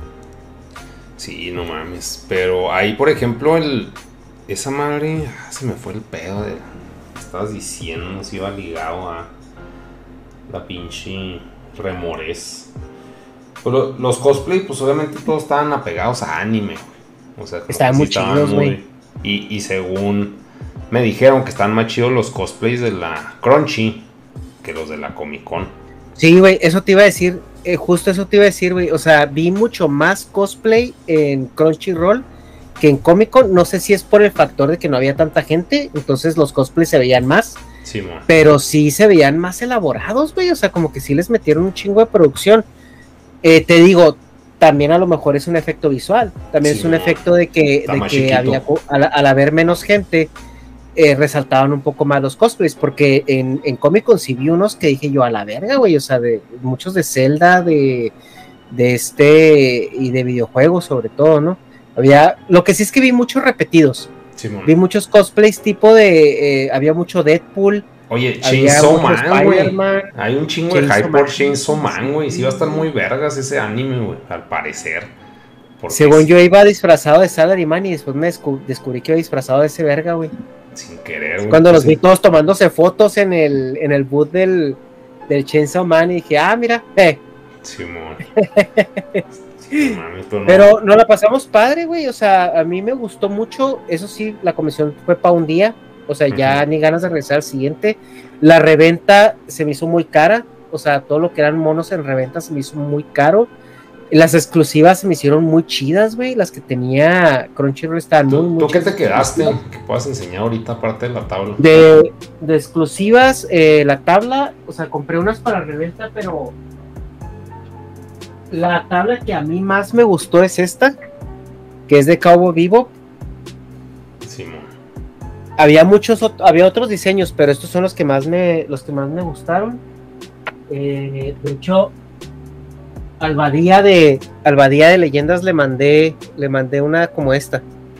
Sí, no mames, pero ahí por ejemplo el esa madre, se me fue el pedo de estabas diciendo, si iba ligado a la pinche remores. Pero los cosplay, pues obviamente todos estaban apegados a anime, o sea,
estaban muy chidos, güey.
Y, y según me dijeron que están más chidos los cosplays de la Crunchy que los de la Comic Con.
Sí, güey, eso te iba a decir, eh, justo eso te iba a decir, güey. O sea, vi mucho más cosplay en Crunchyroll que en Comic Con. No sé si es por el factor de que no había tanta gente, entonces los cosplays se veían más.
Sí, man.
Pero sí se veían más elaborados, güey. O sea, como que sí les metieron un chingo de producción. Eh, te digo, también a lo mejor es un efecto visual. También sí, es un man. efecto de que, de que había, al, al haber menos gente, Eh, resaltaban un poco más los cosplays, porque en, en Comic Con sí vi unos que dije yo, a la verga, güey, o sea, de muchos de Zelda, de, de este, y de videojuegos sobre todo, ¿no? Había, lo que sí es que vi muchos repetidos, sí, vi muchos cosplays tipo de, eh, había mucho Deadpool.
Oye, Chainsaw Man, güey, hay un chingo Chainsaw de hype por Chainsaw Man, güey, sí va a estar muy vergas ese anime, güey, al parecer.
Según es... yo iba disfrazado de Salaryman y después me descub- descubrí que iba disfrazado de ese verga, güey.
Sin querer, güey.
Cuando los vi todos tomándose fotos en el, en el booth del, del Chainsaw Man, y dije, ah, mira, eh.
Simón. Sí, mami, no.
Pero nos la pasamos padre, güey. O sea, a mí me gustó mucho. Eso sí, la comisión fue para un día. O sea, ya uh-huh. ni ganas de regresar al siguiente. La reventa se me hizo muy cara. o sea, todo lo que eran monos en reventa se me hizo muy caro. Las exclusivas se me hicieron muy chidas, güey. Las que tenía Crunchyroll estaban muy, muy
¿Tú qué te
chidas.
quedaste? Que puedas enseñar ahorita aparte de la tabla.
De, de exclusivas, eh, la tabla, o sea, compré unas para reventa, pero la tabla que a mí más me gustó es esta, que es de Cowboy Bebop.
Simón.
Había muchos, había otros diseños, pero estos son los que más me, los que más me gustaron. Eh, de hecho, al Badía de, al Badía de Leyendas le mandé, le mandé una como esta.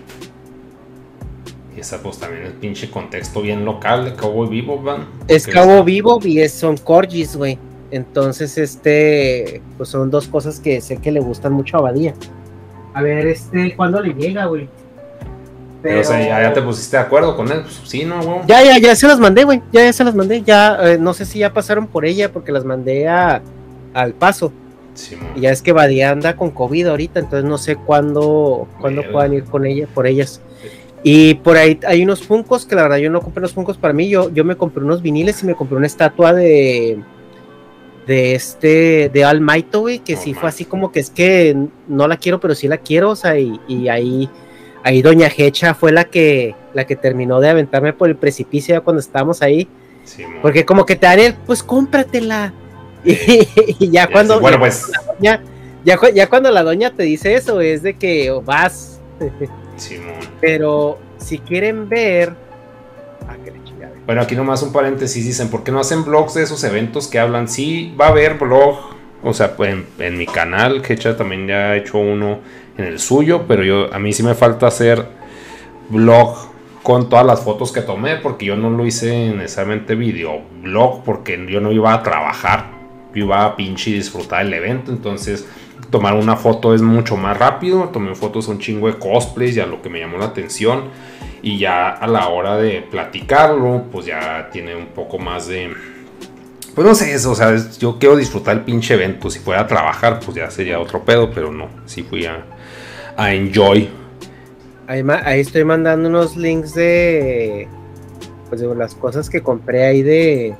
Y esa pues también es pinche contexto bien local de Cowboy Bebop, ¿van?
Es
Porque
Cowboy Bebop y es, son corgis, güey. Entonces, este, pues son dos cosas que sé que le gustan mucho a Badía. A ver, este, ¿cuándo le llega, güey?
Pero, o sea, ¿ya, ya te pusiste de acuerdo con él? Pues sí, ¿no, güey?
Ya, ya, ya se las mandé, güey. Ya, ya se las mandé. Ya, eh, no sé si ya pasaron por ella porque las mandé a, al Paso.
Sí,
Y ya es que Badía anda con COVID ahorita, entonces no sé cuándo, cuándo
Verga.
puedan ir con ella, por ellas. Y por ahí hay unos Funkos que la verdad yo no compré los Funkos para mí. Yo, yo me compré unos viniles y me compré una estatua de de este de All Might, güey, que
Oh,
sí
man.
fue así como que es que no la quiero, pero sí la quiero, o sea, y, y ahí ahí Doña Hecha fue la que la que terminó de aventarme por el precipicio ya cuando estábamos ahí,
Sí, mo.
porque como que te dan el, pues cómpratela. Y, y ya
Ya,
cuando
sí, bueno,
ya
pues
cuando la doña, ya, cu- ya cuando la doña te dice eso es de que oh, vas.
sí, mo.
Pero si quieren ver, ah, que la chingada.
Bueno, aquí nomás un paréntesis, dicen, ¿por qué no hacen blogs de esos eventos que hablan? Sí, va a haber blog, o sea, pues en, en mi canal, Hecha también ya ha hecho uno en el suyo, pero yo a mí sí me falta hacer blog con todas las fotos que tomé, porque yo no lo hice necesariamente videoblog, porque yo no iba a trabajar, yo iba a pinche disfrutar el evento, entonces tomar una foto es mucho más rápido, tomé fotos a un chingo de cosplays y a lo que me llamó la atención, y ya a la hora de platicarlo, pues ya tiene un poco más de... Pues no sé eso, o sea, es- yo quiero disfrutar el pinche evento, si fuera a trabajar, pues ya sería otro pedo, pero no, sí fui a, a enjoy.
Ahí, ma- ahí estoy mandando unos links de pues de las cosas que compré ahí de,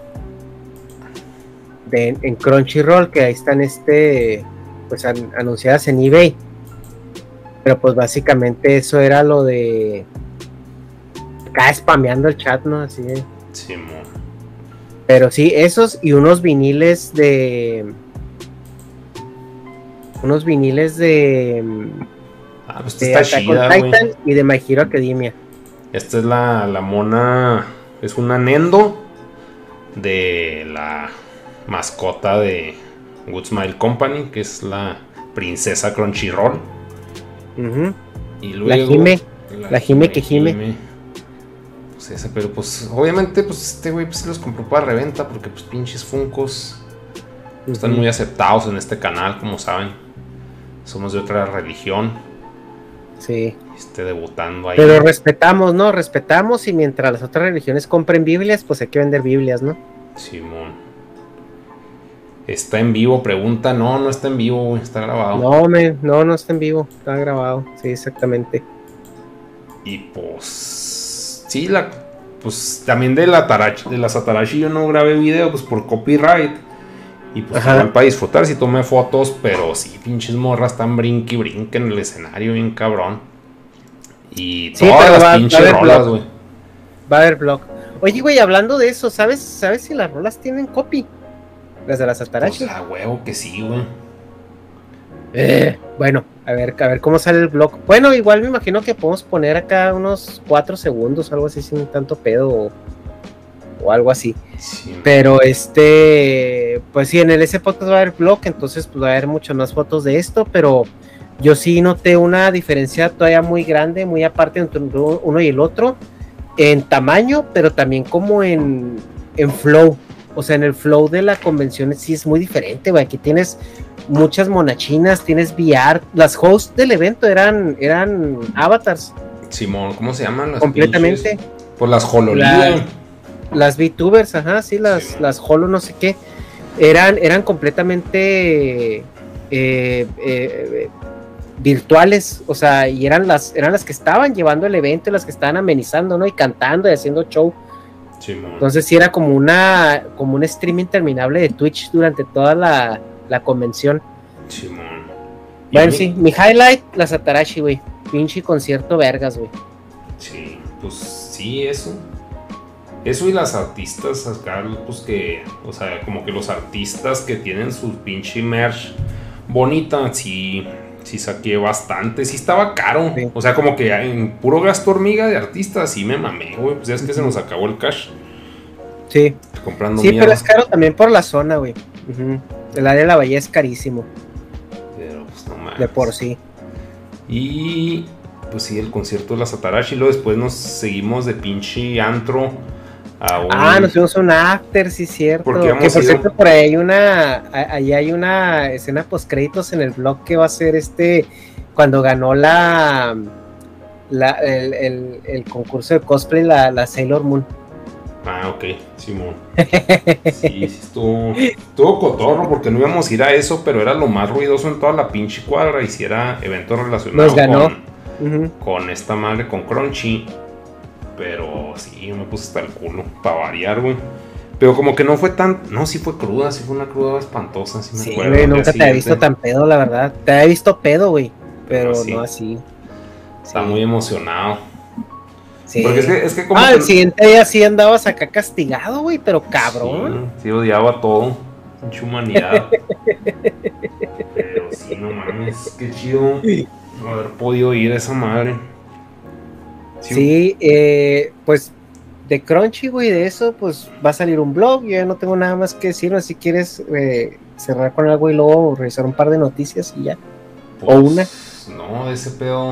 de en Crunchyroll, que ahí están este pues an- anunciadas en eBay. Pero pues básicamente eso era lo de acá spameando el chat, ¿no? Así de-
Sí, mo.
pero sí, esos y unos viniles de unos viniles de,
Ah, pues esta
de
está
Attack on
chida, güey.
Titan y de My Hero Academia.
Esta es la, la mona, es una Nendo de la mascota de Good Smile Company, que es la princesa Crunchyroll.
Ujú.
Y
La
luego,
Jime, la Jime que Jime.
Pues ese, pero pues obviamente pues este güey pues los compró para reventa porque pues pinches Funkos están
Ujú.
muy aceptados en este canal, como saben. Somos de otra religión.
Sí.
Esté debutando ahí.
Pero respetamos, ¿no? Respetamos y mientras las otras religiones compren Biblias, pues hay que vender Biblias, ¿no?
Simón. ¿Está en vivo? Pregunta. No, no está en vivo, güey. Está grabado.
No, me, no, no está en vivo, está grabado, sí, exactamente.
Y pues. Sí, la. Pues también de la Tarachi, de las Atarashi yo no grabé video, pues por copyright. Y pues
Ajá.
igual para disfrutar, sí tomé fotos, pero sí, pinches morras están brinque y brinque en el escenario, bien cabrón. Y
Sí,
todas
pero
las
va- va a
pinches
haber
rolas,
blog.
güey.
Va a haber blog. Oye, güey, hablando de eso, ¿sabes, ¿sabes si las rolas tienen copy? Las de las Atarashi.
Pues a huevo que sí, güey.
Eh, bueno, a ver, a ver cómo sale el blog. Bueno, igual me imagino que podemos poner acá unos cuatro segundos, algo así, sin tanto pedo o, o algo así.
Sí.
Pero este, pues sí, en el ese podcast va a haber blog, entonces pues va a haber muchas más fotos de esto, pero yo sí noté una diferencia todavía muy grande, muy aparte entre uno y el otro, en tamaño, pero también como en, en flow. O sea, en el flow de la convención sí es muy diferente, güey. Aquí tienes muchas monachinas, tienes V R. Las hosts del evento eran, eran avatars,
Simón, ¿cómo se llaman las
completamente.
pinches? Pues las Hololí,
La-
güey.
Las VTubers, ajá, sí, las,
Sí.
las Holo no sé qué, eran, eran completamente eh, eh, eh, virtuales, o sea, y eran las, eran las que estaban llevando el evento, las que estaban amenizando, ¿no? Y cantando y haciendo show.
Sí,
entonces sí era como una como un stream interminable de Twitch durante toda la, la convención.
Sí,
bueno, sí, mi highlight, la Satarashi, güey. Pinche concierto vergas, güey.
Sí, pues sí, eso. Eso y las artistas acá, pues que, o sea, como que los artistas que tienen su pinche merch bonita, sí, sí saqué bastante, sí estaba caro. Sí. O sea, como que en puro gasto hormiga de artistas, sí me mamé, güey. Pues ya es que uh-huh. se nos acabó el cash.
Sí.
Comprando
Sí,
mierda.
pero es caro también por la zona, güey. Uh-huh. El área de la bahía es carísimo.
Pero pues no mames.
De por sí.
Y pues sí, el concierto de la Satarashi. Luego después nos seguimos de pinche antro. A un...
Ah, nos fuimos a un after, sí, cierto.
Porque
que por
ido...
cierto, por ahí hay una, ahí hay una escena post créditos en el blog que va a ser este, cuando ganó la, la el, el, el concurso de cosplay, la, la Sailor Moon.
Ah, ok, Simón. Sí, sí, estuvo, estuvo cotorro porque no íbamos a ir a eso, pero era lo más ruidoso en toda la pinche cuadra y si era evento relacionado
nos ganó.
Con,
uh-huh.
con esta madre, con Crunchy. Pero sí, me puse hasta el culo, para variar, güey. Pero como que no fue tan... No, sí fue cruda, sí fue una cruda espantosa, sí me
sí,
acuerdo.
Güey, nunca te había visto tan pedo, la verdad. Te había visto pedo, güey, pero no, sí. no así.
Está
sí.
muy emocionado.
Sí.
Porque es que, es que como
ah,
que...
el siguiente día sí andabas acá castigado, güey, pero cabrón.
Sí, sí odiaba todo, mucha humanidad. Pero sí, no mames, qué chido no haber podido ir a esa madre.
Sí, sí eh, pues de Crunchy, güey, de eso, pues va a salir un blog. Yo ya no tengo nada más que decir, si quieres eh, cerrar con algo y luego revisar un par de noticias y ya.
Pues,
o una.
No, de ese pedo.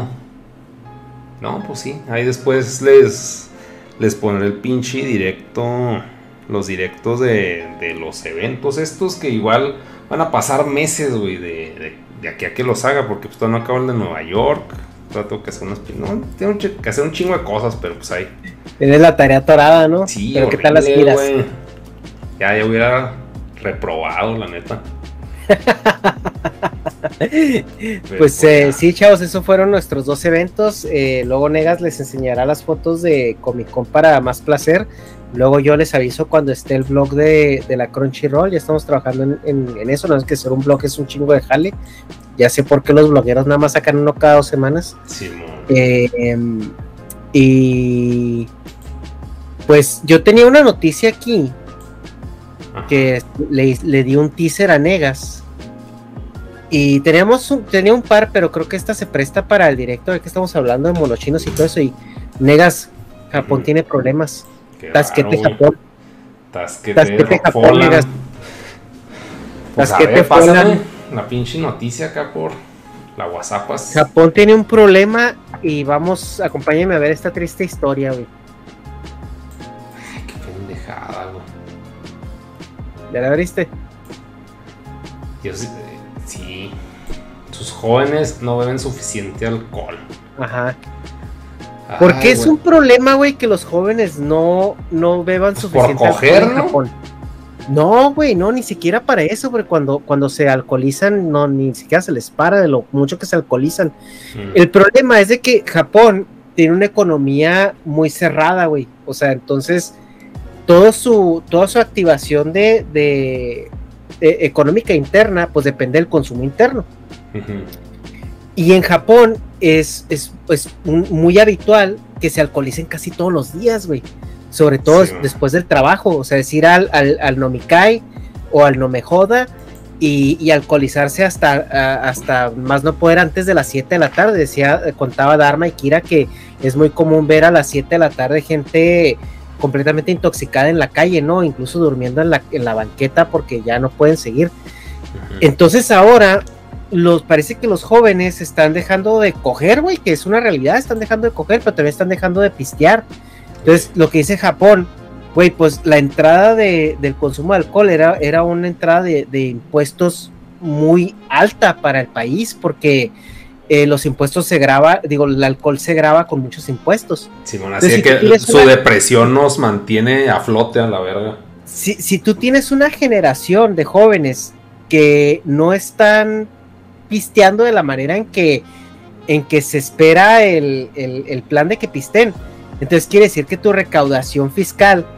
No, pues sí. Ahí después les, les pondré el pinche directo. Los directos de, de los eventos estos que igual van a pasar meses, güey, de, de, de aquí a que los haga, porque pues todavía no acabo el de Nueva York. Tengo que hacer unas, no, tengo que hacer un chingo de cosas, pero pues ahí.
Tienes la tarea atorada, ¿no?
Sí,
pero
horrible,
¿qué tal las giras?
Wey. Ya, ya hubiera reprobado, la neta.
Pues, pues eh, sí, chavos, esos fueron nuestros dos eventos. Eh, luego Negas les enseñará las fotos de Comic Con para más placer. Luego yo les aviso cuando esté el blog de, de la Crunchyroll. Ya estamos trabajando en, en, en eso. No es que ser un blog es un chingo de jale. Ya sé por qué los blogueros nada más sacan uno cada dos semanas.
Sí,
eh, eh, y pues yo tenía una noticia aquí. Ajá. Que le, le di un teaser a Negas. Y teníamos un, tenía un par, pero creo que esta se presta para el directo de que estamos hablando de monochinos y todo eso. Y Negas, Japón mm. tiene problemas. Tasquete Japón.
Tasquete,
Tasquete Japón, Negas.
Pues Tasquete Japón. La pinche noticia acá por la WhatsApp.
Japón tiene un problema y vamos, acompáñenme a ver esta triste historia, güey.
Ay, qué pendejada, güey.
¿Ya la abriste?
Yo sí, sí. Sus jóvenes no beben suficiente alcohol.
Ajá. ¿Por qué es
güey.
un problema, güey, que los jóvenes no, no beban
pues
suficiente
por coger,
alcohol en Japón? No, güey, no, ni siquiera para eso, porque cuando, cuando se alcoholizan, no, ni siquiera se les para de lo mucho que se alcoholizan. Mm. El problema es de que Japón tiene una economía muy cerrada, güey. O sea, entonces, todo su, toda su activación de, de, de económica interna, pues depende del consumo interno.
Uh-huh.
Y en Japón es, es, es un, muy habitual que se alcoholicen casi todos los días, güey. Sobre todo sí, después del trabajo, o sea, es ir al, al, al Nomikai o al Nomejoda y, y alcoholizarse hasta, a, hasta más no poder antes de las siete de la tarde. Decía, contaba Dharma y Kira que es muy común ver a las siete de la tarde gente completamente intoxicada en la calle, ¿no? Incluso durmiendo en la, en la banqueta porque ya no pueden seguir. Uh-huh. Entonces ahora los, parece que los jóvenes están dejando de coger, güey, que es una realidad, están dejando de coger, pero también están dejando de pistear. Entonces, lo que dice Japón, güey, pues la entrada de, del consumo de alcohol era, era una entrada de, de impuestos muy alta para el país, porque eh, los impuestos se graba, digo, el alcohol se graba con muchos impuestos.
Simón, así es que su una, depresión nos mantiene a flote a la verga.
Si, si tú tienes una generación de jóvenes que no están pisteando de la manera en que, en que se espera el, el, el plan de que pisten, entonces quiere decir que tu recaudación fiscal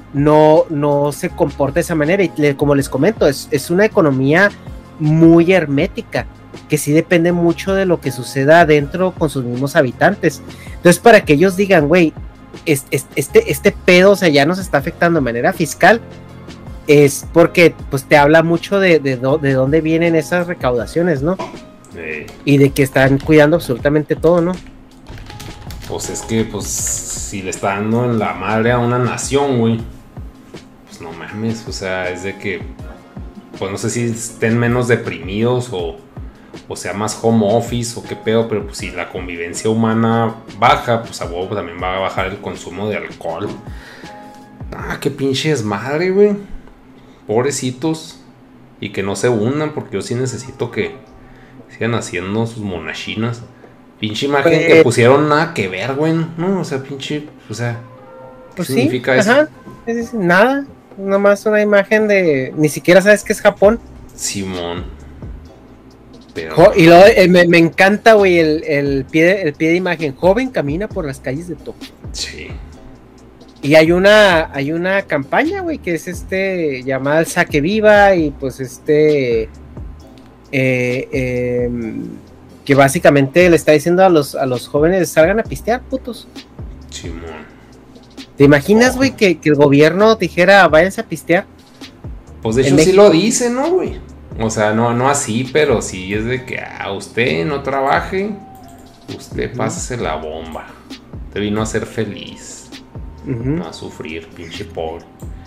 no, no se comporta de esa manera. Y le, como les comento, es, es una economía muy hermética, que sí depende mucho de lo que suceda adentro con sus mismos habitantes. Entonces, para que ellos digan, güey, este, este, este pedo, o sea, ya nos está afectando de manera fiscal, es porque pues te habla mucho de, de, do, de dónde vienen esas recaudaciones, ¿no?
Eh,
Y de que están cuidando absolutamente todo, ¿no?
Pues es que, pues, si le está dando en la madre a una nación, güey, pues no mames, o sea, es de que, pues no sé si estén menos deprimidos o, o sea más home office o qué pedo, pero pues si la convivencia humana baja, pues a huevo también va a bajar el consumo de alcohol. Ah, qué pinche desmadre, güey. Pobrecitos. Y que no se hundan, porque yo sí necesito que sigan haciendo sus monachinas. Pinche imagen pues, que pusieron nada que ver, güey. No, o sea, pinche, o sea, ¿qué
pues
significa
sí,
eso?
Ajá. Es, es, nada, nomás una imagen de, ni siquiera sabes que es Japón.
Simón. Pero...
Jo y luego eh, me, me encanta, güey, el, el, pie, el pie de imagen. Joven camina por las calles de Tokio.
Sí.
Y hay una, hay una campaña, güey, que es este, llamada el Saque Viva, y pues este, eh, eh, que básicamente le está diciendo a los, a los jóvenes, salgan a pistear, putos.
Simón.
¿Te imaginas, güey, oh. que, que el gobierno dijera, váyanse a pistear?
Pues de hecho sí lo dice, ¿no, güey? O sea, no, no así, pero sí es de que a ah, usted no trabaje, usted pásese la bomba. Te vino a ser feliz. Uh-huh. No a sufrir, pinche pobre.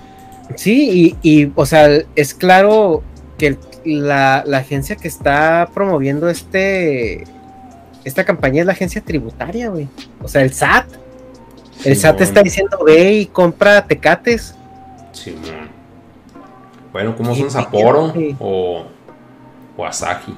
Sí, y, y o sea, es claro que el, la, la agencia que está promoviendo este esta campaña es la agencia tributaria, güey. O sea, el S A T. El Simón. S A T está diciendo, ve y compra tecates.
Simón. Bueno, ¿cómo son Sapporo o, o Asahi?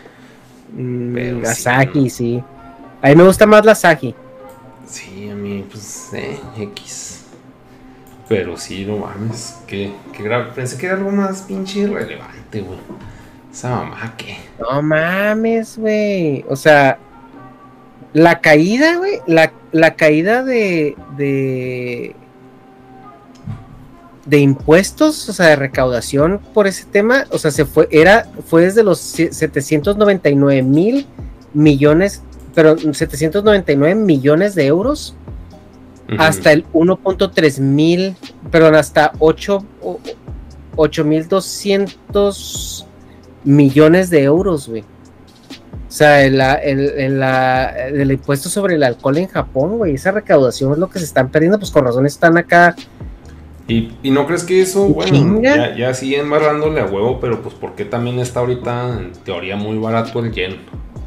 Mm, Pero Asahi, sí, sí. A mí me gusta más la Asahi.
Sí, a mí, pues, eh, X. Pero sí, no mames, que, que grave. Pensé que era algo más pinche irrelevante, güey. Esa mamá, ¿qué?
No mames, güey. O sea, la caída, güey, la, la caída de, de, de impuestos, o sea, de recaudación por ese tema, o sea, se fue, era, fue desde los setecientos noventa y nueve mil millones, pero setecientos noventa y nueve millones de euros, uh-huh, hasta el uno punto tres mil, perdón, hasta ocho mil doscientos millones de euros, güey. O sea, el, el, el, el impuesto sobre el alcohol en Japón, güey, esa recaudación es lo que se están perdiendo, pues con razón están acá.
¿Y, y no crees que eso, bueno, ya, ya siguen barrándole a huevo, pero pues porque también está ahorita en teoría muy barato el yen?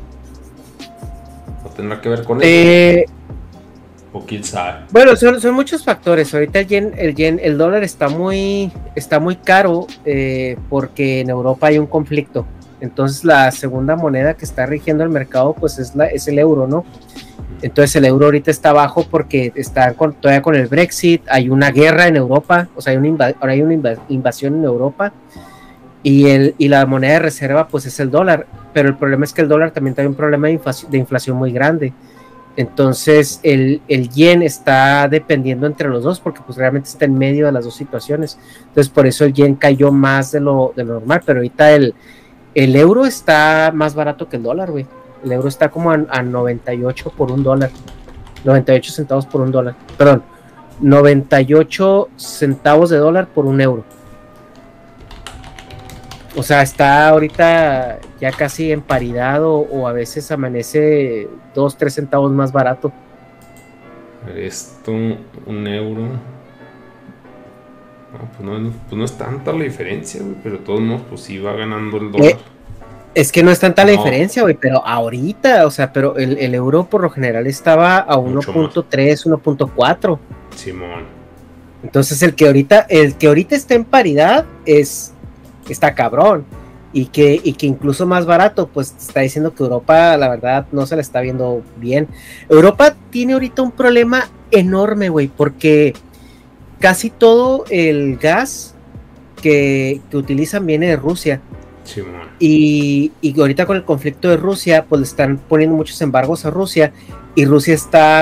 ¿No tendrá que ver con
eh,
eso? ¿O quién sabe?
Bueno, son, son muchos factores. Ahorita el yen, el yen, el dólar está muy, está muy caro eh, porque en Europa hay un conflicto. Entonces la segunda moneda que está rigiendo el mercado pues es, la, es el euro, ¿no? Entonces el euro ahorita está bajo porque está con, todavía con el Brexit, hay una guerra en Europa, o sea, hay una inv- ahora hay una inv- invasión en Europa y, el, y la moneda de reserva pues es el dólar, pero el problema es que el dólar también tiene un problema de inflación, de inflación muy grande. Entonces el, el yen está dependiendo entre los dos porque pues realmente está en medio de las dos situaciones. Entonces por eso el yen cayó más de lo, de lo normal, pero ahorita el El euro está más barato que el dólar, güey. El euro está como a, a noventa y ocho por un dólar. noventa y ocho centavos por un dólar. Perdón. noventa y ocho centavos de dólar por un euro. O sea, está ahorita ya casi en paridad o, o a veces amanece dos, tres centavos más barato.
Esto, un euro. No, pues, no, pues no es tanta la diferencia, güey, pero de todos modos, pues sí va ganando el dólar. Eh,
es que no es tanta la no. diferencia, güey, pero ahorita, o sea, pero el, el euro por lo general estaba a uno punto tres, uno punto cuatro.
Simón.
Entonces el que ahorita, el que ahorita está en paridad es, está cabrón. Y que, y que incluso más barato, pues está diciendo que Europa, la verdad, no se la está viendo bien. Europa tiene ahorita un problema enorme, güey, porque casi todo el gas que, que utilizan viene de Rusia.
Sí, man.
Y, y ahorita con el conflicto de Rusia, pues le están poniendo muchos embargos a Rusia y Rusia está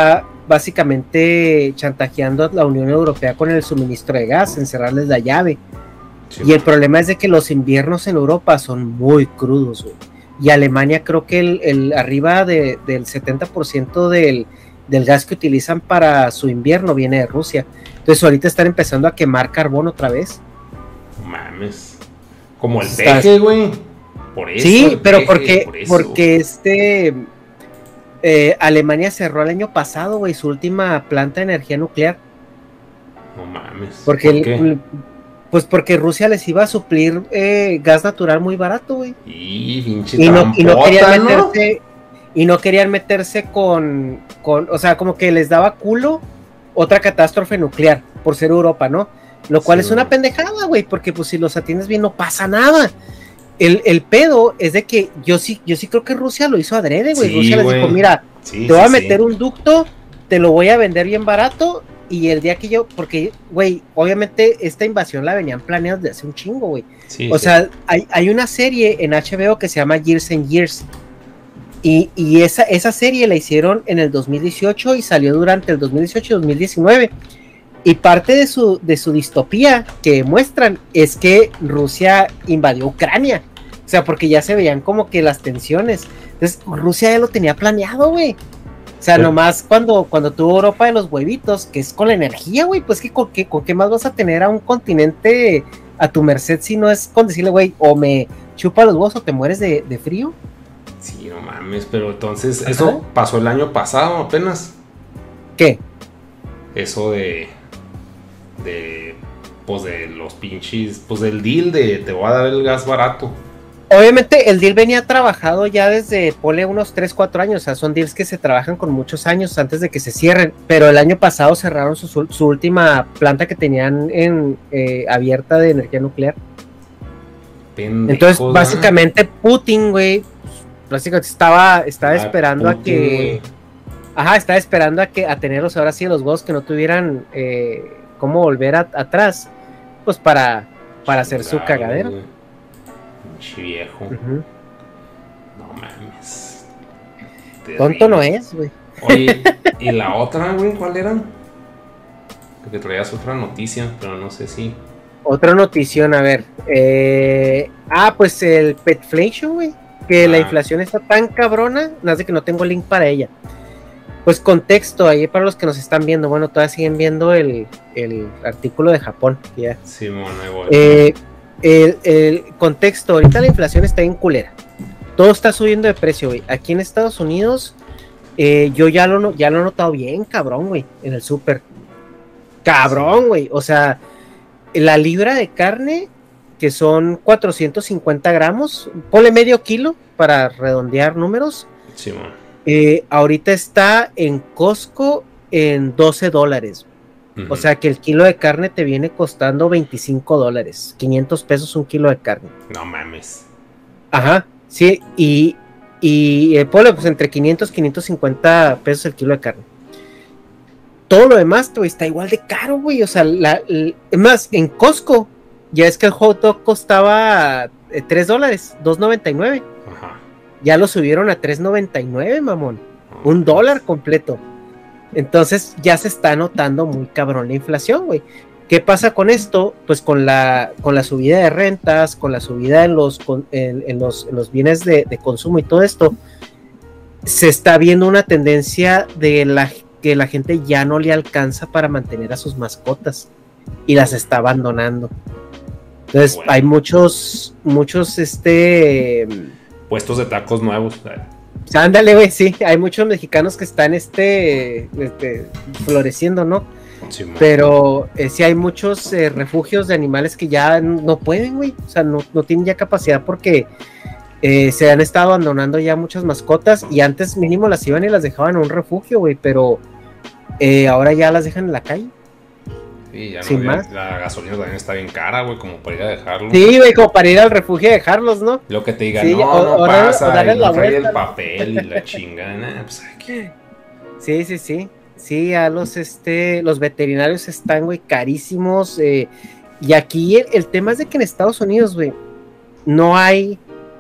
básicamente chantajeando a la Unión Europea con el suministro de gas, encerrarles la llave. Sí. Y el problema es de que los inviernos en Europa son muy crudos, güey. Y Alemania creo que el, el arriba de, del setenta por ciento del, del gas que utilizan para su invierno viene de Rusia. Entonces ahorita están empezando a quemar carbón otra vez.
Mames. Como el peje, güey. Por eso.
Sí, pero peje, porque, por porque este eh, Alemania cerró el año pasado, güey, su última planta de energía nuclear.
No mames.
Porque ¿por qué? El, Pues porque Rusia les iba a suplir eh, gas natural muy barato, güey.
Y pinche
y, no,
trampota,
y no querían
¿no?
meterse, y no querían meterse con, con, o sea, como que les daba culo otra catástrofe nuclear por ser Europa, ¿no? Lo cual sí, es una güey. pendejada, güey, porque pues si los atiendes bien no pasa nada. El, el pedo es de que yo sí, yo sí creo que Rusia lo hizo adrede, güey. Sí, Rusia les dijo, mira, sí, te voy sí, a meter sí. un ducto, te lo voy a vender bien barato. Y el día que yo, porque, güey, obviamente esta invasión la venían planeando desde hace un chingo, güey. Sí, o sí. sea, hay, hay una serie en H B O que se llama Years and Years. Y, y esa, esa serie la hicieron en el dos mil dieciocho y salió durante el dos mil dieciocho y dos mil diecinueve. Y parte de su, de su distopía que muestran es que Rusia invadió Ucrania. O sea, porque ya se veían como que las tensiones. Entonces, Rusia ya lo tenía planeado, güey. O sea, pero nomás cuando, cuando tuvo Europa de los huevitos, que es con la energía, güey, pues que con qué, con qué más vas a tener a un continente a tu merced si no es con decirle, güey, o me chupa los huevos o te mueres de, de frío.
Sí, no mames, pero entonces, ¿ajá? Eso pasó el año pasado apenas.
¿Qué?
Eso de, de, pues de los pinches, pues del deal de te voy a dar el gas barato.
Obviamente el deal venía trabajado ya desde, ponle unos tres, cuatro años, o sea, son deals que se trabajan con muchos años antes de que se cierren, pero el año pasado cerraron su, su última planta que tenían en eh, abierta de energía nuclear. Pendejos, entonces, básicamente ¿no? Putin, güey, básicamente estaba, estaba ah, esperando Putin, a que... Wey. Ajá, estaba esperando a que a tenerlos ahora sí los huevos que no tuvieran eh, cómo volver a, atrás, pues para, para hacer su cagadero. Wey.
Viejo. Uh-huh. No mames.
Te Tonto ríes. No es, güey.
Oye, ¿y la otra, güey? ¿Cuál era? Porque traías otra noticia, pero no sé si.
Otra notición, a ver. Eh... Ah, pues el petflation, güey. Que ah. la inflación está tan cabrona, nada de que no tengo link para ella. Pues contexto, ahí para los que nos están viendo, bueno, todavía siguen viendo el, el artículo de Japón. Ya.
Sí, bueno, ahí voy.
Eh. El, el contexto, ahorita la inflación está en culera. Todo está subiendo de precio, güey. Aquí en Estados Unidos, eh, yo ya lo, ya lo he notado bien, cabrón, güey, en el súper. Cabrón, güey. O sea, la libra de carne, que son cuatrocientos cincuenta gramos, ponle medio kilo para redondear números.
Sí, man.
Eh, ahorita está en Costco en doce dólares. O sea que el kilo de carne te viene costando veinticinco dólares, quinientos pesos un kilo de carne.
No mames.
Ajá, sí, y, y eh, ponle pues entre quinientos, quinientos cincuenta pesos el kilo de carne. Todo lo demás, güey, está igual de caro, güey. O sea, la, la, es más, en Costco, ya es que el hot dog costaba eh, tres dólares, dos noventa y nueve. Ajá. Ya lo subieron a tres noventa y nueve, mamón. Oh, un dólar completo. Entonces ya se está notando muy cabrón la inflación, güey. ¿Qué pasa con esto? Pues con la, con la subida de rentas, con la subida en los, en, en los, en los bienes de, de consumo y todo esto, se está viendo una tendencia de la, que la gente ya no le alcanza para mantener a sus mascotas y las está abandonando. Entonces bueno. hay muchos, muchos, este...
puestos de tacos nuevos, ¿sabes?
Ándale, güey, sí, hay muchos mexicanos que están este, este floreciendo, ¿no? Sí, pero eh, sí hay muchos eh, refugios de animales que ya no pueden, güey, o sea, no, no tienen ya capacidad porque eh, se han estado abandonando ya muchas mascotas y antes mínimo las iban y las dejaban en un refugio, güey, pero eh, ahora ya las dejan en la calle.
Sí, ya no, sin ya, más. La gasolina también está bien cara, güey, como para ir a dejarlo.
Sí, güey, como para ir al refugio y dejarlos, ¿no?
Lo que te digan,
sí,
no,
o,
no
o
pasa,
darle, o
y no trae
vuelta,
el papel y la chingada, pues aquí.
Sí, sí, sí. Sí, a los, este, los veterinarios están, güey, carísimos. Eh, y aquí el, el tema es de que en Estados Unidos, güey, no hay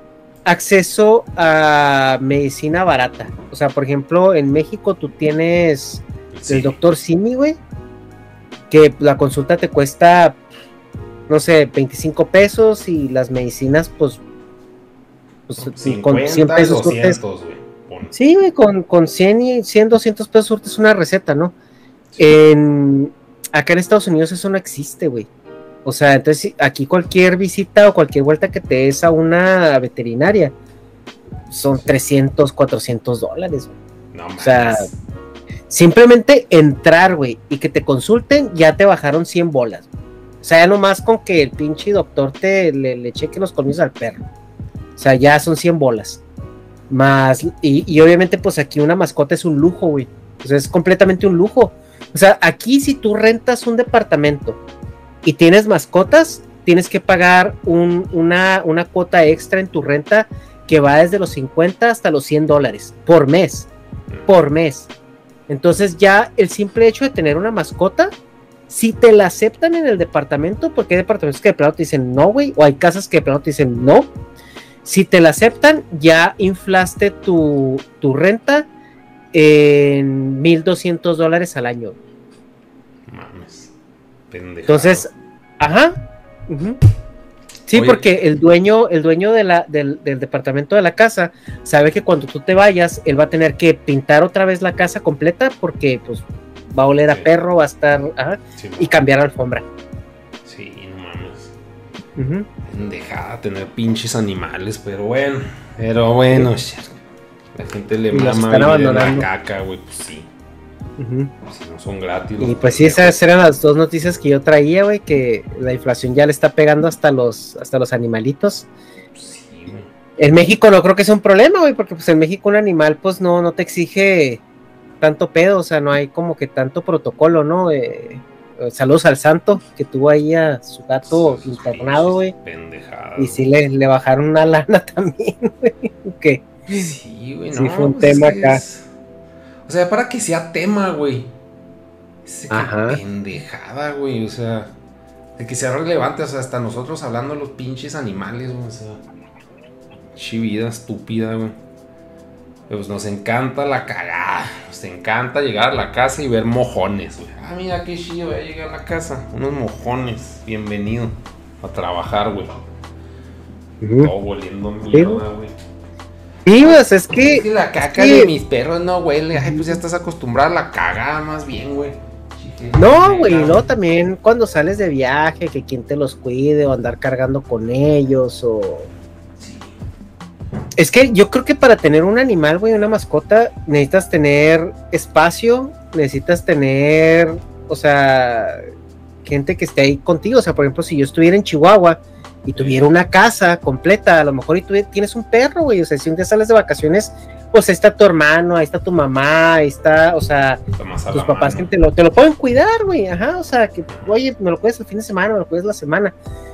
acceso a medicina barata. O sea, por ejemplo, en México tú tienes
Sí.
del doctor Simi, güey, que la consulta te cuesta, no sé, veinticinco pesos y las medicinas, pues, pues
cincuenta,
con cien pesos surtes.
doscientos, güey.
Sí, güey, con, con cien, y cien, doscientos pesos surtes una receta, ¿no?
Sí.
En, acá en Estados Unidos eso no existe, güey. O sea, entonces aquí cualquier visita o cualquier vuelta que te des a una veterinaria son trescientos, cuatrocientos dólares, güey.
No mames.
O sea, simplemente entrar, güey, y que te consulten, ya te bajaron cien bolas. O sea, ya nomás con que el pinche doctor te le, le cheque los colmillos al perro. O sea, ya son cien bolas. Más, y, y obviamente, pues aquí una mascota es un lujo, güey. O sea, es completamente un lujo. O sea, aquí si tú rentas un departamento y tienes mascotas, tienes que pagar un, una, una cuota extra en tu renta que va desde los cincuenta hasta los cien dólares por mes. Por mes. Entonces ya el simple hecho de tener una mascota, si te la aceptan en el departamento, porque hay departamentos que de plano te dicen no, güey, o hay casas que de plano te dicen no, si te la aceptan, ya inflaste tu, tu renta en mil doscientos dólares al año.
Mames. Pendejado.
Entonces, ajá. Uh-huh. Sí,
Oye.
porque el dueño, el dueño de la, del, del departamento de la casa sabe que cuando tú te vayas, él va a tener que pintar otra vez la casa completa porque pues va a oler
Sí.
a perro, va a estar, ajá,
Sí,
y cambiar alfombra.
Sí, no mames.
Uh-huh.
Pendejada tener pinches animales, pero bueno. Pero bueno, shit. La gente le
Y los
mama
están
vivir en la
abandonando.
caca, güey. Pues sí.
Uh-huh.
Si no son gratis.
Y
los
pues sí,
pendejos.
esas eran las dos noticias que yo traía, güey, que la inflación ya le está pegando hasta los, hasta los animalitos.
Pues sí, güey.
En México no creo que sea un problema, güey, porque pues en México un animal pues no, no te exige tanto pedo, o sea, no hay como que tanto protocolo, ¿no? Eh, saludos al santo, que tuvo ahí a su gato
Sus
internado, güey.
pinches pendejadas.
Y sí le, le bajaron una lana también, güey. Que
Sí, güey,
sí
no.
fue un
pues es
tema
que
acá.
es- O sea, para que sea tema, güey. Es que
Ajá.
pendejada, güey. O sea, de que sea relevante. O sea, hasta nosotros hablando de los pinches animales, güey. O sea, pinche vida estúpida, güey. Pues nos encanta la cagada. Nos encanta llegar a la casa y ver mojones, güey. Ah, mira qué chido, voy a llegar a la casa. Unos mojones. Bienvenido a trabajar, güey.
Ujú.
Todo oliendo mierda, güey.
Sí, pues es que.
Es que la caca
es que-
de mis perros no huele. Ay, pues ya estás acostumbrado a la cagada más bien, güey.
No, güey, no, también cuando sales de viaje, que quien te los cuide o andar cargando con ellos o...
Sí.
Es que yo creo que para tener un animal, güey, una mascota, necesitas tener espacio, necesitas tener, o sea, gente que esté ahí contigo. O sea, por ejemplo, si yo estuviera en Chihuahua y tuviera una casa completa, a lo mejor y tú tienes un perro, güey, o sea, si un día sales de vacaciones, pues ahí está tu hermano, ahí está tu mamá, ahí está, o sea,
Está más a
tus
la
papás
mano.
que te lo, te lo pueden cuidar, güey, ajá, o sea, que, oye, me lo cuidas el fin de semana, me lo cuidas la semana.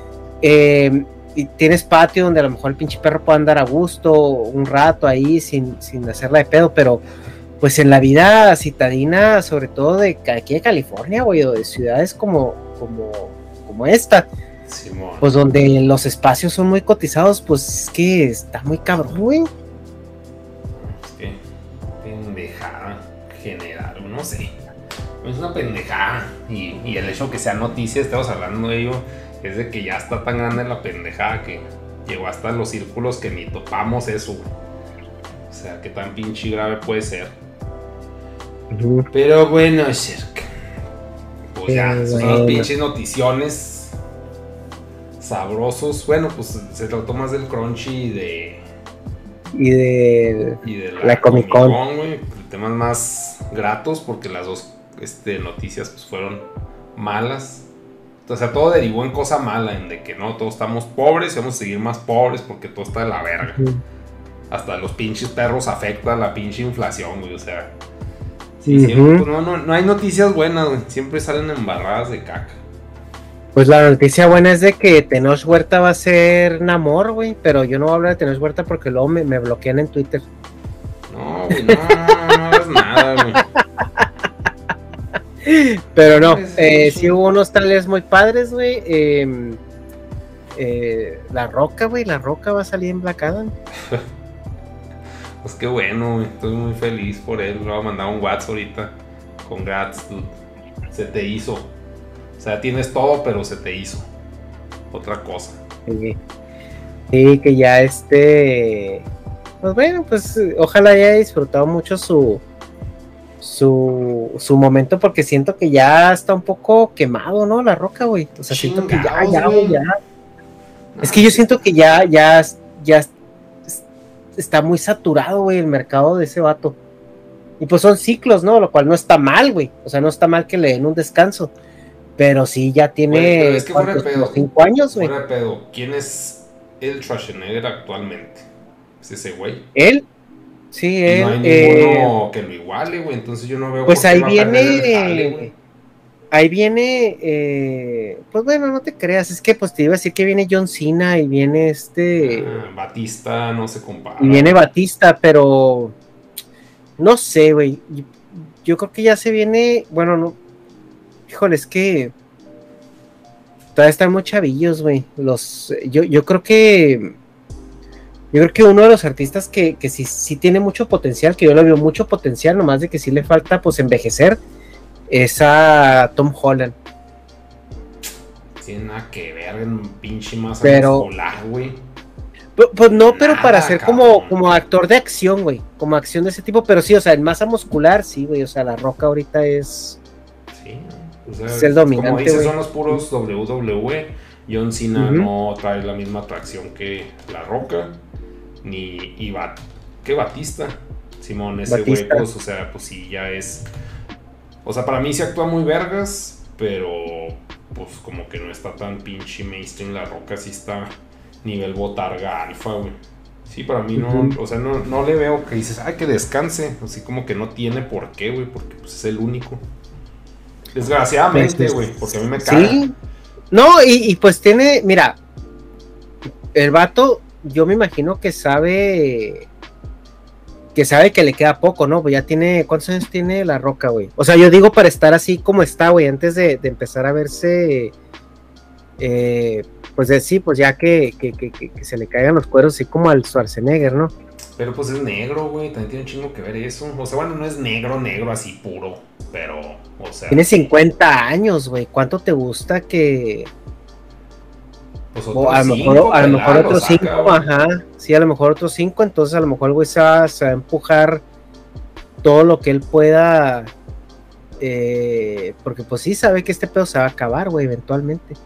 Eh, y tienes patio donde a lo mejor el pinche perro puede andar a gusto un rato ahí sin, sin hacerla de pedo, pero pues en la vida citadina, sobre todo de aquí de California, güey, o de ciudades como, como, como esta,
Simón.
pues donde los espacios son muy cotizados, pues es que está muy cabrón, güey.
Es que pendejada general, no sé. Es una pendejada. Y, y el hecho que sea noticia, estamos hablando de ello, es de que ya está tan grande la pendejada que llegó hasta los círculos que ni topamos eso, güey. O sea, que tan pinche grave puede ser.
Uh-huh.
Pero bueno, Shirk. Pues ya,
Qué
esos son
bueno.
los pinches noticiones sabrosos. Bueno, pues se trató más del crunchy y de,
Y de
y de la,
La Comic Con.
güey. Temas más gratos porque las dos este, noticias pues, fueron malas. O sea, todo derivó en cosa mala, en de que no, todos estamos pobres y vamos a seguir más pobres porque todo está de la verga.
uh-huh.
Hasta los pinches perros afecta la pinche inflación, güey. O sea, sí,
Uh-huh.
siempre, pues, no, no, no hay noticias buenas, güey. Siempre salen embarradas de caca.
Pues la noticia buena es de que Tenoch Huerta va a ser Namor, güey, pero yo no voy a hablar de Tenoch Huerta porque luego me, me bloquean en Twitter.
No, güey, no, no, no hagas nada, güey.
Pero no,
Pues,
eh,
sí.
sí hubo unos trailers muy padres, güey. Eh, eh, la Roca, güey, la Roca va a salir en Black Adam.
Pues qué bueno, güey. Estoy muy feliz por él. Le voy a mandar un WhatsApp ahorita. Congrats, dude. Se te hizo. O sea, tienes todo, pero se te hizo. Otra cosa.
Sí, sí, que ya este... Pues bueno, pues ojalá haya disfrutado mucho su... Su, su momento, porque siento que ya está un poco quemado, ¿no? La Roca, güey. O sea, siento que ya, ya, güey, ya. Es que yo siento que ya, ya, ya está muy saturado, güey, el mercado de ese vato. Y pues son ciclos, ¿no? Lo cual no está mal, güey. O sea, no está mal que le den un descanso. Pero sí, ya tiene
Güey, es que fuera de pedo,
cinco años, güey.
Fuera de pedo, ¿quién es el Schwarzenegger actualmente? ¿Es ese güey?
¿Él? Sí,
y
él.
no hay
eh,
ninguno que lo iguale, güey. Entonces yo no veo
pues
por
ahí
qué va a perder el jale,
viene...
güey.
Ahí viene, eh, pues bueno, no te creas, es que pues te iba a decir que viene John Cena y viene este...
Ah, Batista no se compara.
Y viene Batista, pero... No sé, güey. Yo, yo creo que ya se viene... Bueno, no... Híjole, es que... Todavía están muy chavillos, güey. Los... Yo, yo creo que... Yo creo que uno de los artistas que, que sí, sí tiene mucho potencial, que yo le veo mucho potencial, nomás de que sí le falta pues envejecer, es a Tom Holland.
Tiene nada que ver en un pinche masa
Pero-
muscular, güey.
Pues, pues no, pero
Nada,
para ser como,
cabrón.
como actor de acción, güey. Como acción de ese tipo, pero sí, o sea, en masa muscular, sí, güey. O sea, La Roca ahorita es...
Sí, o sea,
Es el dominante,
como dices,
güey.
son los puros W W E. John Cena
Ujú.
no trae la misma atracción que La Roca, ni y Bat que Batista. Simón, ese güey,
Batista.
pues, o sea, pues sí, ya es. O sea, para mí se actúa muy vergas, pero pues como que no está tan pinche mainstream. La Roca sí está nivel botarga alfa, güey. Sí, para mí no,
Ujú.
o sea, no, no le veo que dices, ay, que descanse. Así como que no tiene por qué, güey, porque pues es el único. Desgraciadamente,
Pues,
güey, porque a mí me caga.
Sí. No, y, y pues tiene, mira, el vato, yo me imagino que sabe, que sabe que le queda poco, ¿no? Pues ya tiene, ¿cuántos años tiene La Roca, güey? O sea, yo digo para estar así como está, güey, antes de, de empezar a verse, eh, pues de sí, pues ya que, que, que, que, que se le caigan los cueros así como al Schwarzenegger, ¿no?
Pero pues es negro, güey, también tiene un chingo que ver eso. O sea, bueno, no es negro, negro así puro, pero, o sea...
Tiene cincuenta años, güey, ¿cuánto te gusta que...
Pues
O a lo
cinco,
mejor, a lo mejor
pelado,
otros
saca,
cinco,
güey.
ajá, sí, a lo mejor otros cinco, entonces a lo mejor el güey se va, se va a empujar todo lo que él pueda, eh, porque pues sí sabe que este pedo se va a acabar, güey, eventualmente.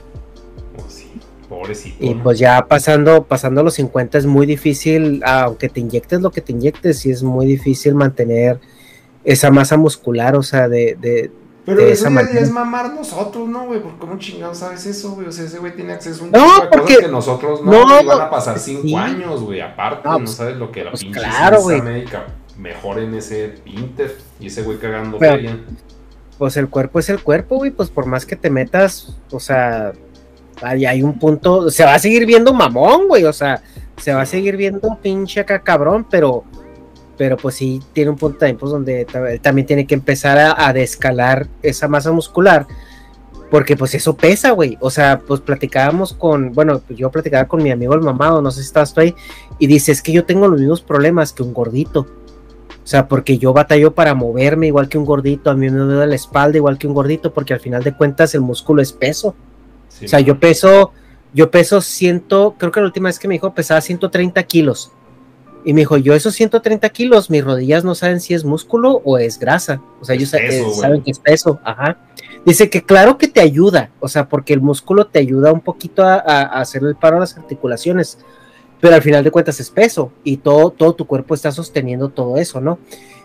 Pues sí, pobrecito.
Y
¿no?
pues ya pasando, pasando los cincuenta es muy difícil, aunque te inyectes lo que te inyectes, sí es muy difícil mantener esa masa muscular, o sea, de, de,
Pero
de
eso
esa
ya
manera.
es mamar nosotros, ¿no, güey? ¿Por cómo chingados sabes eso, güey? O sea, ese güey tiene acceso a un
No,
chingo de
porque-
cosas que nosotros no,
no,
güey, van a pasar cinco
sí.
años, güey. Aparte,
No,
no,
pues-
sabes lo que la
pues
pinche
claro,
ciencia
güey.
médica mejor en ese Inter y ese güey cagando
Pero-
feria.
Pues el cuerpo es el cuerpo, güey, pues por más que te metas, o sea, hay, hay un punto, se va a seguir viendo mamón, güey, o sea, se va a seguir viendo pinche acá cabrón, pero, pero pues sí tiene un punto también, pues donde ta- él también tiene que empezar a, a descalar esa masa muscular, porque pues eso pesa, güey, o sea, pues platicábamos con, bueno, pues yo platicaba con mi amigo el mamado, no sé si estás tú ahí, y dice, es que yo tengo los mismos problemas que un gordito. O sea, porque yo batallo para moverme igual que un gordito, a mí me duele la espalda igual que un gordito, porque al final de cuentas el músculo es peso.
Sí,
O sea, yo peso, yo peso ciento, creo que la última vez que me dijo pesaba ciento treinta kilos. Y me dijo, yo esos ciento treinta kilos, mis rodillas no saben si es músculo o es grasa. O sea,
Es
ellos sa-
peso,
eh,
güey.
saben que es peso. Ajá. Dice que claro que te ayuda, o sea, porque el músculo te ayuda un poquito a, a, a hacer el paro a las articulaciones. Pero al final de cuentas es peso y todo, todo tu cuerpo está sosteniendo todo eso, ¿no?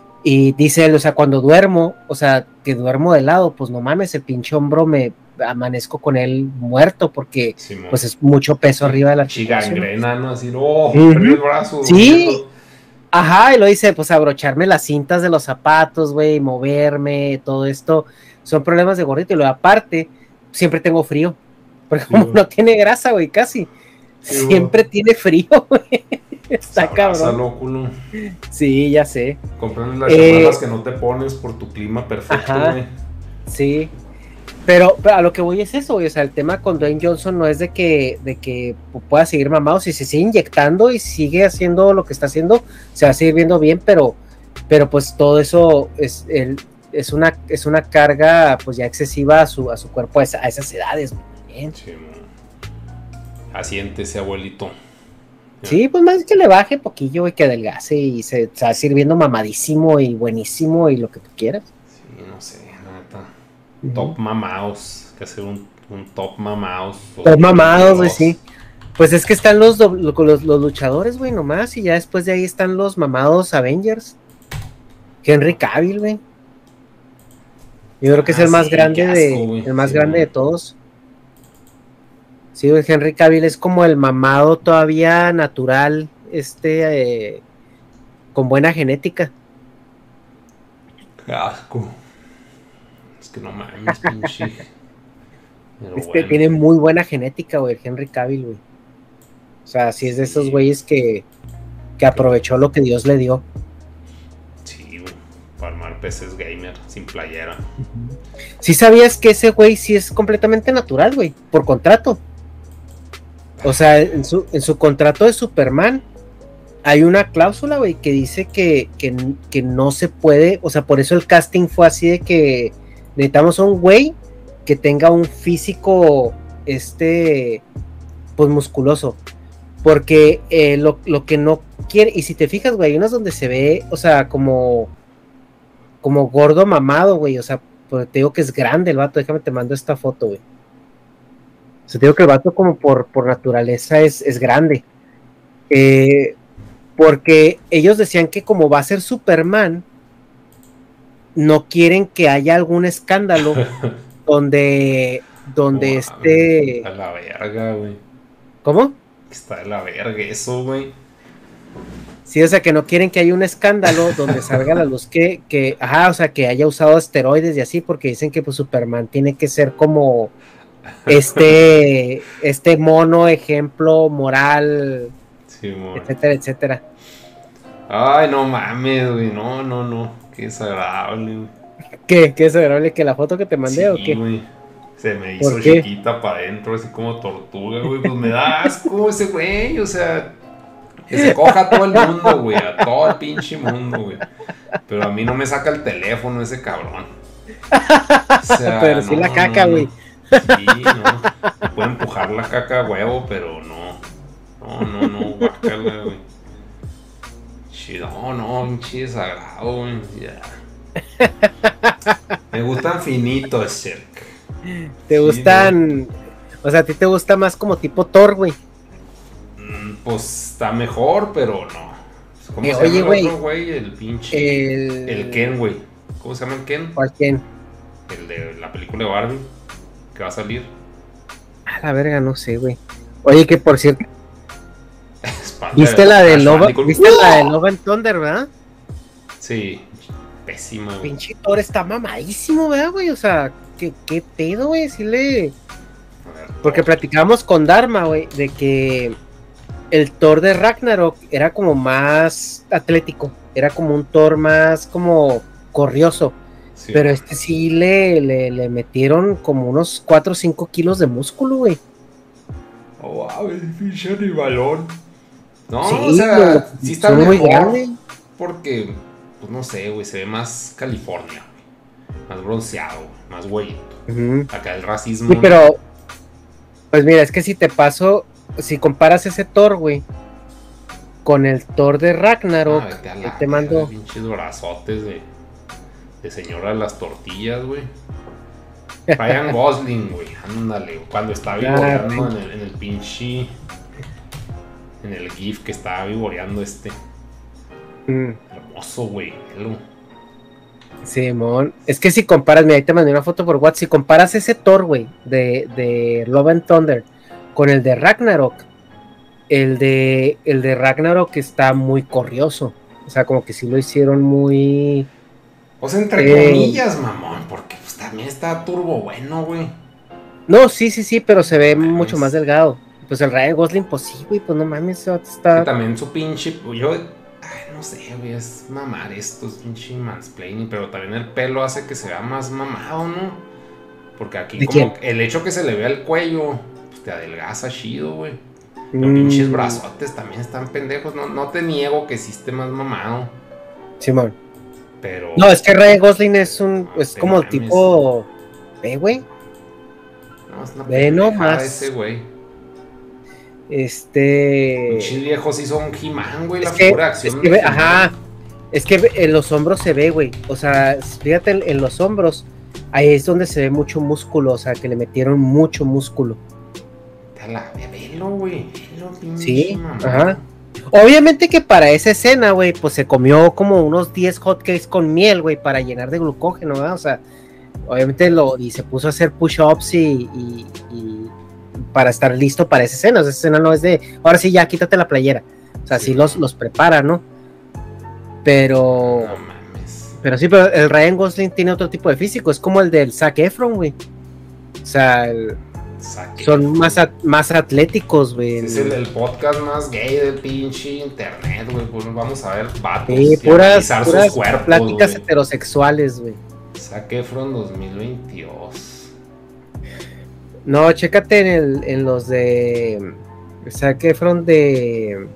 Y dice él, o sea, cuando duermo, o sea, que duermo de lado, pues no mames, el pinche hombro me amanezco con él muerto porque
Simón.
pues es mucho peso arriba de la
Chigangrena, ¿no? Así, oh,
Ujú.
perdí el brazo.
Sí.
durmiendo.
Ajá, y lo dice, pues abrocharme las cintas de los zapatos, güey, moverme, todo esto, son problemas de gordito. Y luego aparte, siempre tengo frío, porque
Sí,
como
güey.
no tiene grasa, güey, casi,
Sí, güey.
siempre tiene frío, güey. Está cabrón.
Abrázalo, culo.
Sí, ya sé.
Comprarle las
Eh,
llamadas que no te pones por tu clima perfecto,
Ajá.
güey.
Sí, pero, pero a lo que voy es eso, güey. O sea, el tema con Dwayne Johnson no es de que, de que pueda seguir mamado, si se sigue inyectando y sigue haciendo lo que está haciendo, se va a seguir viendo bien, pero, pero pues todo eso es el, es una, es una carga pues ya excesiva a su, a su cuerpo a, esa, a esas edades, güey.
Sí, asiéntese, abuelito.
Sí, pues más que le baje poquillo, güey, que adelgace y se está sirviendo mamadísimo y buenísimo y lo que tú quieras.
Sí, no sé, la neta. Uh-huh. Top mamados, que hacer un, un top mamados.
Top mamados, güey, sí. Pues es que están los, los, los, los luchadores, güey, nomás, y ya después de ahí están los mamados Avengers. Henry Cavill, güey. Yo creo que es ah, el más sí, grande asco, de, el más sí, grande de todos. Sí, güey, Henry Cavill es como el mamado todavía natural, este, eh, con buena genética.
Qué asco. Es que no mames, pinche.
Este bueno. Tiene muy buena genética, güey, Henry Cavill, güey. O sea, sí es de esos güeyes que, que aprovechó lo que Dios le dio.
Sí, güey, para armar peces gamer sin playera.
Sí sabías que ese güey sí es completamente natural, güey, por contrato. O sea, en su, en su contrato de Superman hay una cláusula, güey, que dice que, que, que no se puede, o sea, por eso el casting fue así de que necesitamos a un güey que tenga un físico, este, pues musculoso, porque eh, lo, lo que no quiere, y si te fijas, güey, hay unas donde se ve, o sea, como, como gordo mamado, güey, o sea, pues te digo que es grande el vato, déjame te mando esta foto, güey. O sea, te digo que el vato como por, por naturaleza es, es grande. Eh, porque ellos decían que como va a ser Superman, no quieren que haya algún escándalo donde, donde wow, esté...
Está de la verga, güey.
¿Cómo?
Está de la verga eso, güey.
Sí, o sea, que no quieren que haya un escándalo donde salga la luz que, que, ajá, o sea, que haya usado esteroides y así, porque dicen que pues Superman tiene que ser como... este este mono ejemplo moral,
sí,
etcétera, etcétera.
Ay, no mames, güey, no, no, no, qué desagradable, güey.
¿Qué? ¿Qué desagradable? ¿Que la foto que te mandé
sí,
o qué?
Güey. Se me hizo chiquita para adentro, así como tortuga, güey, pues me da asco ese güey, o sea, que se coja a todo el mundo, güey, a todo el pinche mundo, güey. Pero a mí no me saca el teléfono ese cabrón.
O sea, pero no, sí la caca, güey.
No, no. Sí, no, me puede empujar la caca a huevo, pero no, no, no, no, guácala, güey. No, no, pinche desagrado, güey, ya. Me gustan finitos, cerca.
¿Te sí, gustan, no. O sea, a ti te gusta más como tipo Thor, güey?
Mm, pues está mejor, pero no. ¿Cómo
eh,
se
oye,
llama
güey,
el otro güey? El pinche,
el...
el Ken, güey. ¿Cómo se llama el Ken?
¿Cuál Ken?
El de la película de Barbie. Que va a salir.
A la verga, no sé, güey. Oye, que por cierto. ¿Viste la de Love? ¿Viste ¡Oh! La de Love and Thunder, verdad?
Sí, pésima, güey.
Pinche Thor está mamadísimo, ¿verdad, güey? O sea, ¿qué, qué pedo, güey? Sí le. Porque platicábamos con Dharma, güey, de que el Thor de Ragnarok era como más atlético. Era como un Thor más como corrioso. Sí, pero este sí le, le, le metieron como unos cuatro o cinco kilos de músculo, güey.
Oh, wow, el pinche animalón. No,
sí,
o sea,
güey,
sí está mejor muy grande. Porque, pues no sé, güey, se ve más California, güey. Más bronceado, más güeyito. Uh-huh. Acá el racismo.
Sí, pero, pues mira, es que si te paso, si comparas ese Thor, güey, con el Thor de Ragnarok,
ah, que
la, te mando.
Pinches brazotes de... de señora de las tortillas, güey. Ryan Gosling, güey, ándale, cuando estaba vivoreando ah, en, el, en el pinche, en el GIF que estaba vivoreando este. Mm. Hermoso, güey.
Simón, es que si comparas, mira, ahí te mandé una foto por WhatsApp, si comparas ese Thor, güey, de, de Love and Thunder con el de Ragnarok, el de, el de Ragnarok está muy corrioso, o sea, como que sí lo hicieron muy...
O sea, entre eh, comillas, mamón, porque pues también está turbo bueno, güey.
No, sí, sí, sí, pero se ve no mucho más delgado. Pues el Ryan Gosling, pues sí, güey, pues no mames, está...
Que también su pinche, yo, ay, no sé, güey, es mamar esto, es pinche mansplaining, pero también el pelo hace que se vea más mamado, ¿no? Porque aquí como quién? El hecho que se le vea el cuello, pues te adelgaza chido, güey. Los mm. pinches brazotes también están pendejos, no, no te niego que sí esté más mamado.
Simón.
Pero...
No, es que Ryan Gosling es un,
No,
es
te
como el
mames.
tipo, eh, güey,
No, es una
Ve
pendejada
nomás.
ese güey.
este,
Pinches viejos hizo un He-Man, güey,
es
la
que,
figura de
es
acción
que,
de
ve-
He-Man.
ajá, es que en los hombros se ve, güey, o sea, fíjate en, en los hombros, ahí es donde se ve mucho músculo, o sea, que le metieron mucho músculo.
A la velo, güey. Velo, pinche
Sí,
mamá.
ajá. Obviamente que para esa escena, güey, pues se comió como unos diez hotcakes con miel, güey, para llenar de glucógeno, ¿verdad? O sea, obviamente lo, y se puso a hacer push-ups y, y, y para estar listo para esa escena. O sea, esa escena no es de, ahora sí, ya quítate la playera. O sea, sí,
Sí.
los, los prepara, ¿no? Pero,
No mames.
pero sí, pero el Ryan Gosling tiene otro tipo de físico, es como el del Zac Efron, güey. O sea, el-
Saque.
son más, at- más atléticos, güey.
Es el, el podcast más gay del pinche internet, güey. Pues vamos a ver vatos
Sí,
y
puras,
analizar
puras
sus cuerpos,
pláticas
güey.
heterosexuales, güey.
Zac Efron dos mil veintidós.
No, chécate en, el, en los de Zac Efron de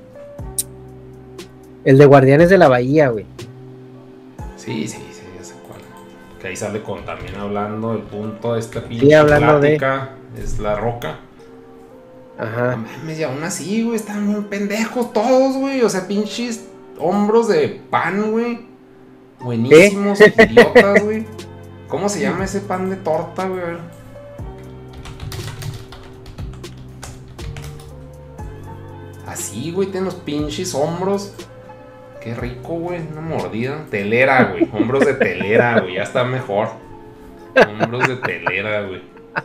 el de Guardianes de la Bahía, güey.
Sí, sí, sí, ya sé cuál. Que ahí sale con también hablando el punto de esta pinche
Sí, hablando de-
plática. Es La Roca. No
Ajá.
mames, y aún así, güey, están muy pendejos todos, güey. O sea, pinches hombros de pan, güey. Buenísimos, idiotas, güey. ¿Cómo se llama ese pan de torta, güey? A ver. Así, güey, tienen los pinches hombros. Qué rico, güey, una mordida. Telera, güey. Hombros de telera, güey. Ya está mejor. Hombros de telera, güey.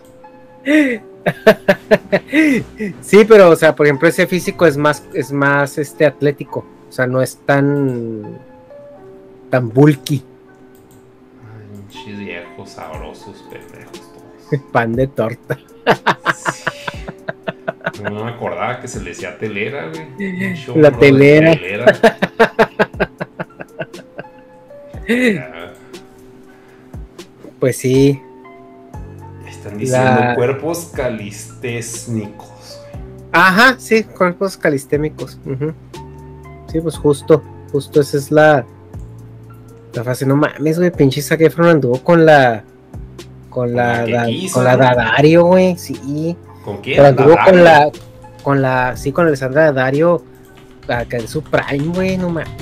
Sí, pero, o sea, por ejemplo, ese físico es más, es más este atlético. O sea, no es tan tan bulky.
Ay, pinches viejos, sabrosos, pendejos todos.
Pan de torta.
Sí. No me acordaba que se le decía telera, güey. Pinche
La
hombro de
telera.
telera. Ya,
Pues sí.
están diciendo
La-
cuerpos calistésnicos, güey.
Ajá, sí, cuerpos calistémicos. Ujú. Sí, pues justo, justo esa es la la frase. No mames, güey, pinche Zac Efron anduvo con la con la,
la que
da-
quiso,
con la
¿no?
Daddario, güey, sí.
¿Con quién?
Pero anduvo
La
con
Dario.
la con la sí, con Alessandra Daddario acá en su prime, güey, no mames.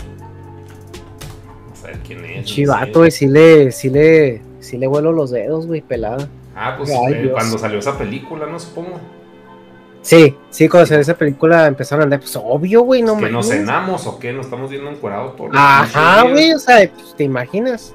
No sé quién es.
Chivato,
no sé.
güey, sí le sí le sí le vuelo los dedos, güey, pelada.
Ah, pues
Ay,
eh,
Dios.
cuando salió esa película, ¿no? Supongo.
Sí, sí, cuando salió esa película empezaron a andar, pues obvio, güey, no
¿Es que nos
mames.
cenamos o qué? ¿Nos estamos viendo encuerados todos los
Ajá,
pinches
güey,
días?
o sea, pues, ¿te imaginas?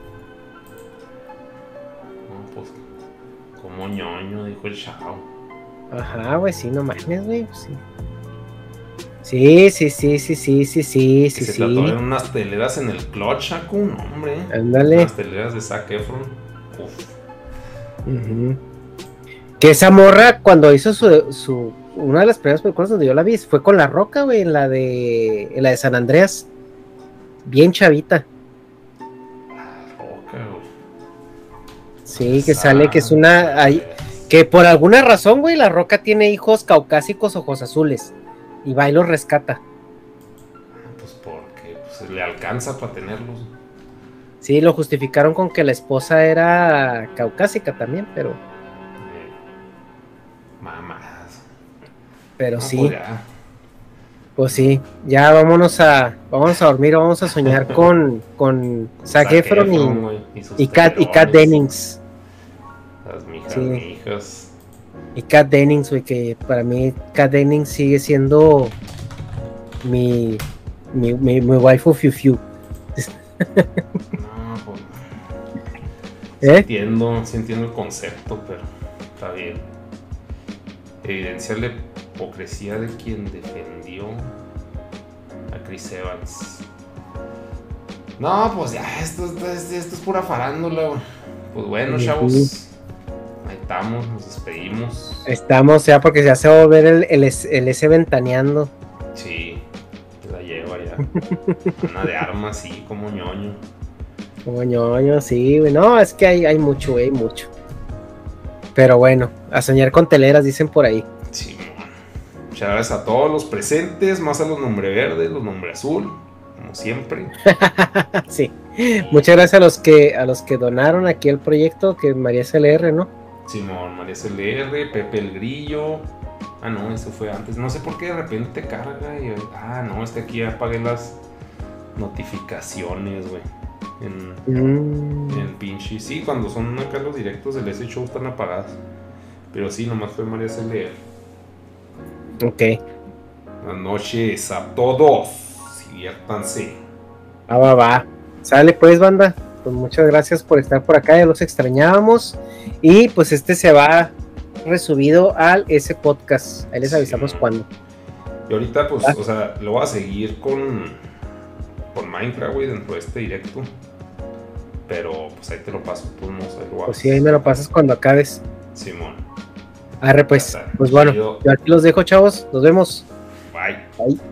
No, pues, como ñoño, dijo el chavo.
Ajá, güey, sí, no mames, güey, pues, sí. Sí, sí, sí, sí, sí, sí, sí,
Que
sí,
se
sí.
trató de unas teleras en el clutch, Chaco, un hombre.
Ándale.
Unas teleras de Zac Efron. Uf.
Ujú. Que esa morra, cuando hizo su, su. Una de las primeras películas donde yo la vi fue con La Roca, güey, en la de. En la de San Andreas. Bien chavita.
La Roca, güey.
Sí, que sale que es una. Hay, que por alguna razón, güey, La Roca tiene hijos caucásicos ojos azules. Y va y los rescata.
Pues porque pues, le alcanza para tenerlos.
Sí, lo justificaron con que la esposa era caucásica también, pero.
Eh, mamadas.
Pero
No,
sí.
pues ya.
Pues sí, ya vámonos a vámonos a dormir, vamos a soñar con, con Zac
Zac
Efron y,
güey, y sus
y Kat y Kat
telerones.
Dennings.
Las mijas,
Sí.
mijas.
Y Kat Dennings, güey, que para mí Kat Dennings sigue siendo mi mi, mi, mi waifu Fiu Fiu.
No, pues. Sí
¿Eh?
entiendo, sí entiendo el concepto, pero está bien. Evidencia la hipocresía de quien defendió a Chris Evans. No, pues ya, esto, esto, es- esto es pura farándula, güey. Pues bueno,
Ujú.
chavos. Ahí estamos, nos despedimos.
Estamos ya porque ya se va a volver el, el, S- el S ventaneando.
Sí, la lleva ya. Una de armas, sí, como ñoño.
Como ñoño, sí, güey. No, es que hay, hay mucho, güey, mucho. Pero bueno, a soñar con teleras, dicen por ahí.
Sí, muchas gracias a todos los presentes, más a los nombre verde, los nombre azul. como siempre.
Sí. Muchas gracias a los que a los que donaron aquí el proyecto, que María S L R, ¿no?
Simón, María S L R, Pepe el Grillo. Ah, no, eso fue antes. No sé por qué de repente carga y... Ah, no, este aquí ya apagué las notificaciones, güey. En,
Mm.
en pinche... Sí, cuando son acá los directos del S Show están apagadas. Pero sí, nomás fue María S L R.
Ok.
Buenas noches a todos. Diviértanse.
Ah, va, va. Sale pues, banda. Pues muchas gracias por estar por acá, ya los extrañábamos. Y pues este se va resubido al S Podcast. Ahí les avisamos
Sí.
cuándo.
Y ahorita, pues,
¿Ah?
o sea, lo voy a seguir con, con Minecraft, güey, dentro de este directo. Pero, pues ahí te lo paso, tú no sé, lo
Pues sí, ahí me lo pasas cuando acabes.
Simón.
Arre pues.
Ya está.
Pues bueno,
Chido.
yo aquí los dejo, chavos. Nos vemos.
Bye.
Bye.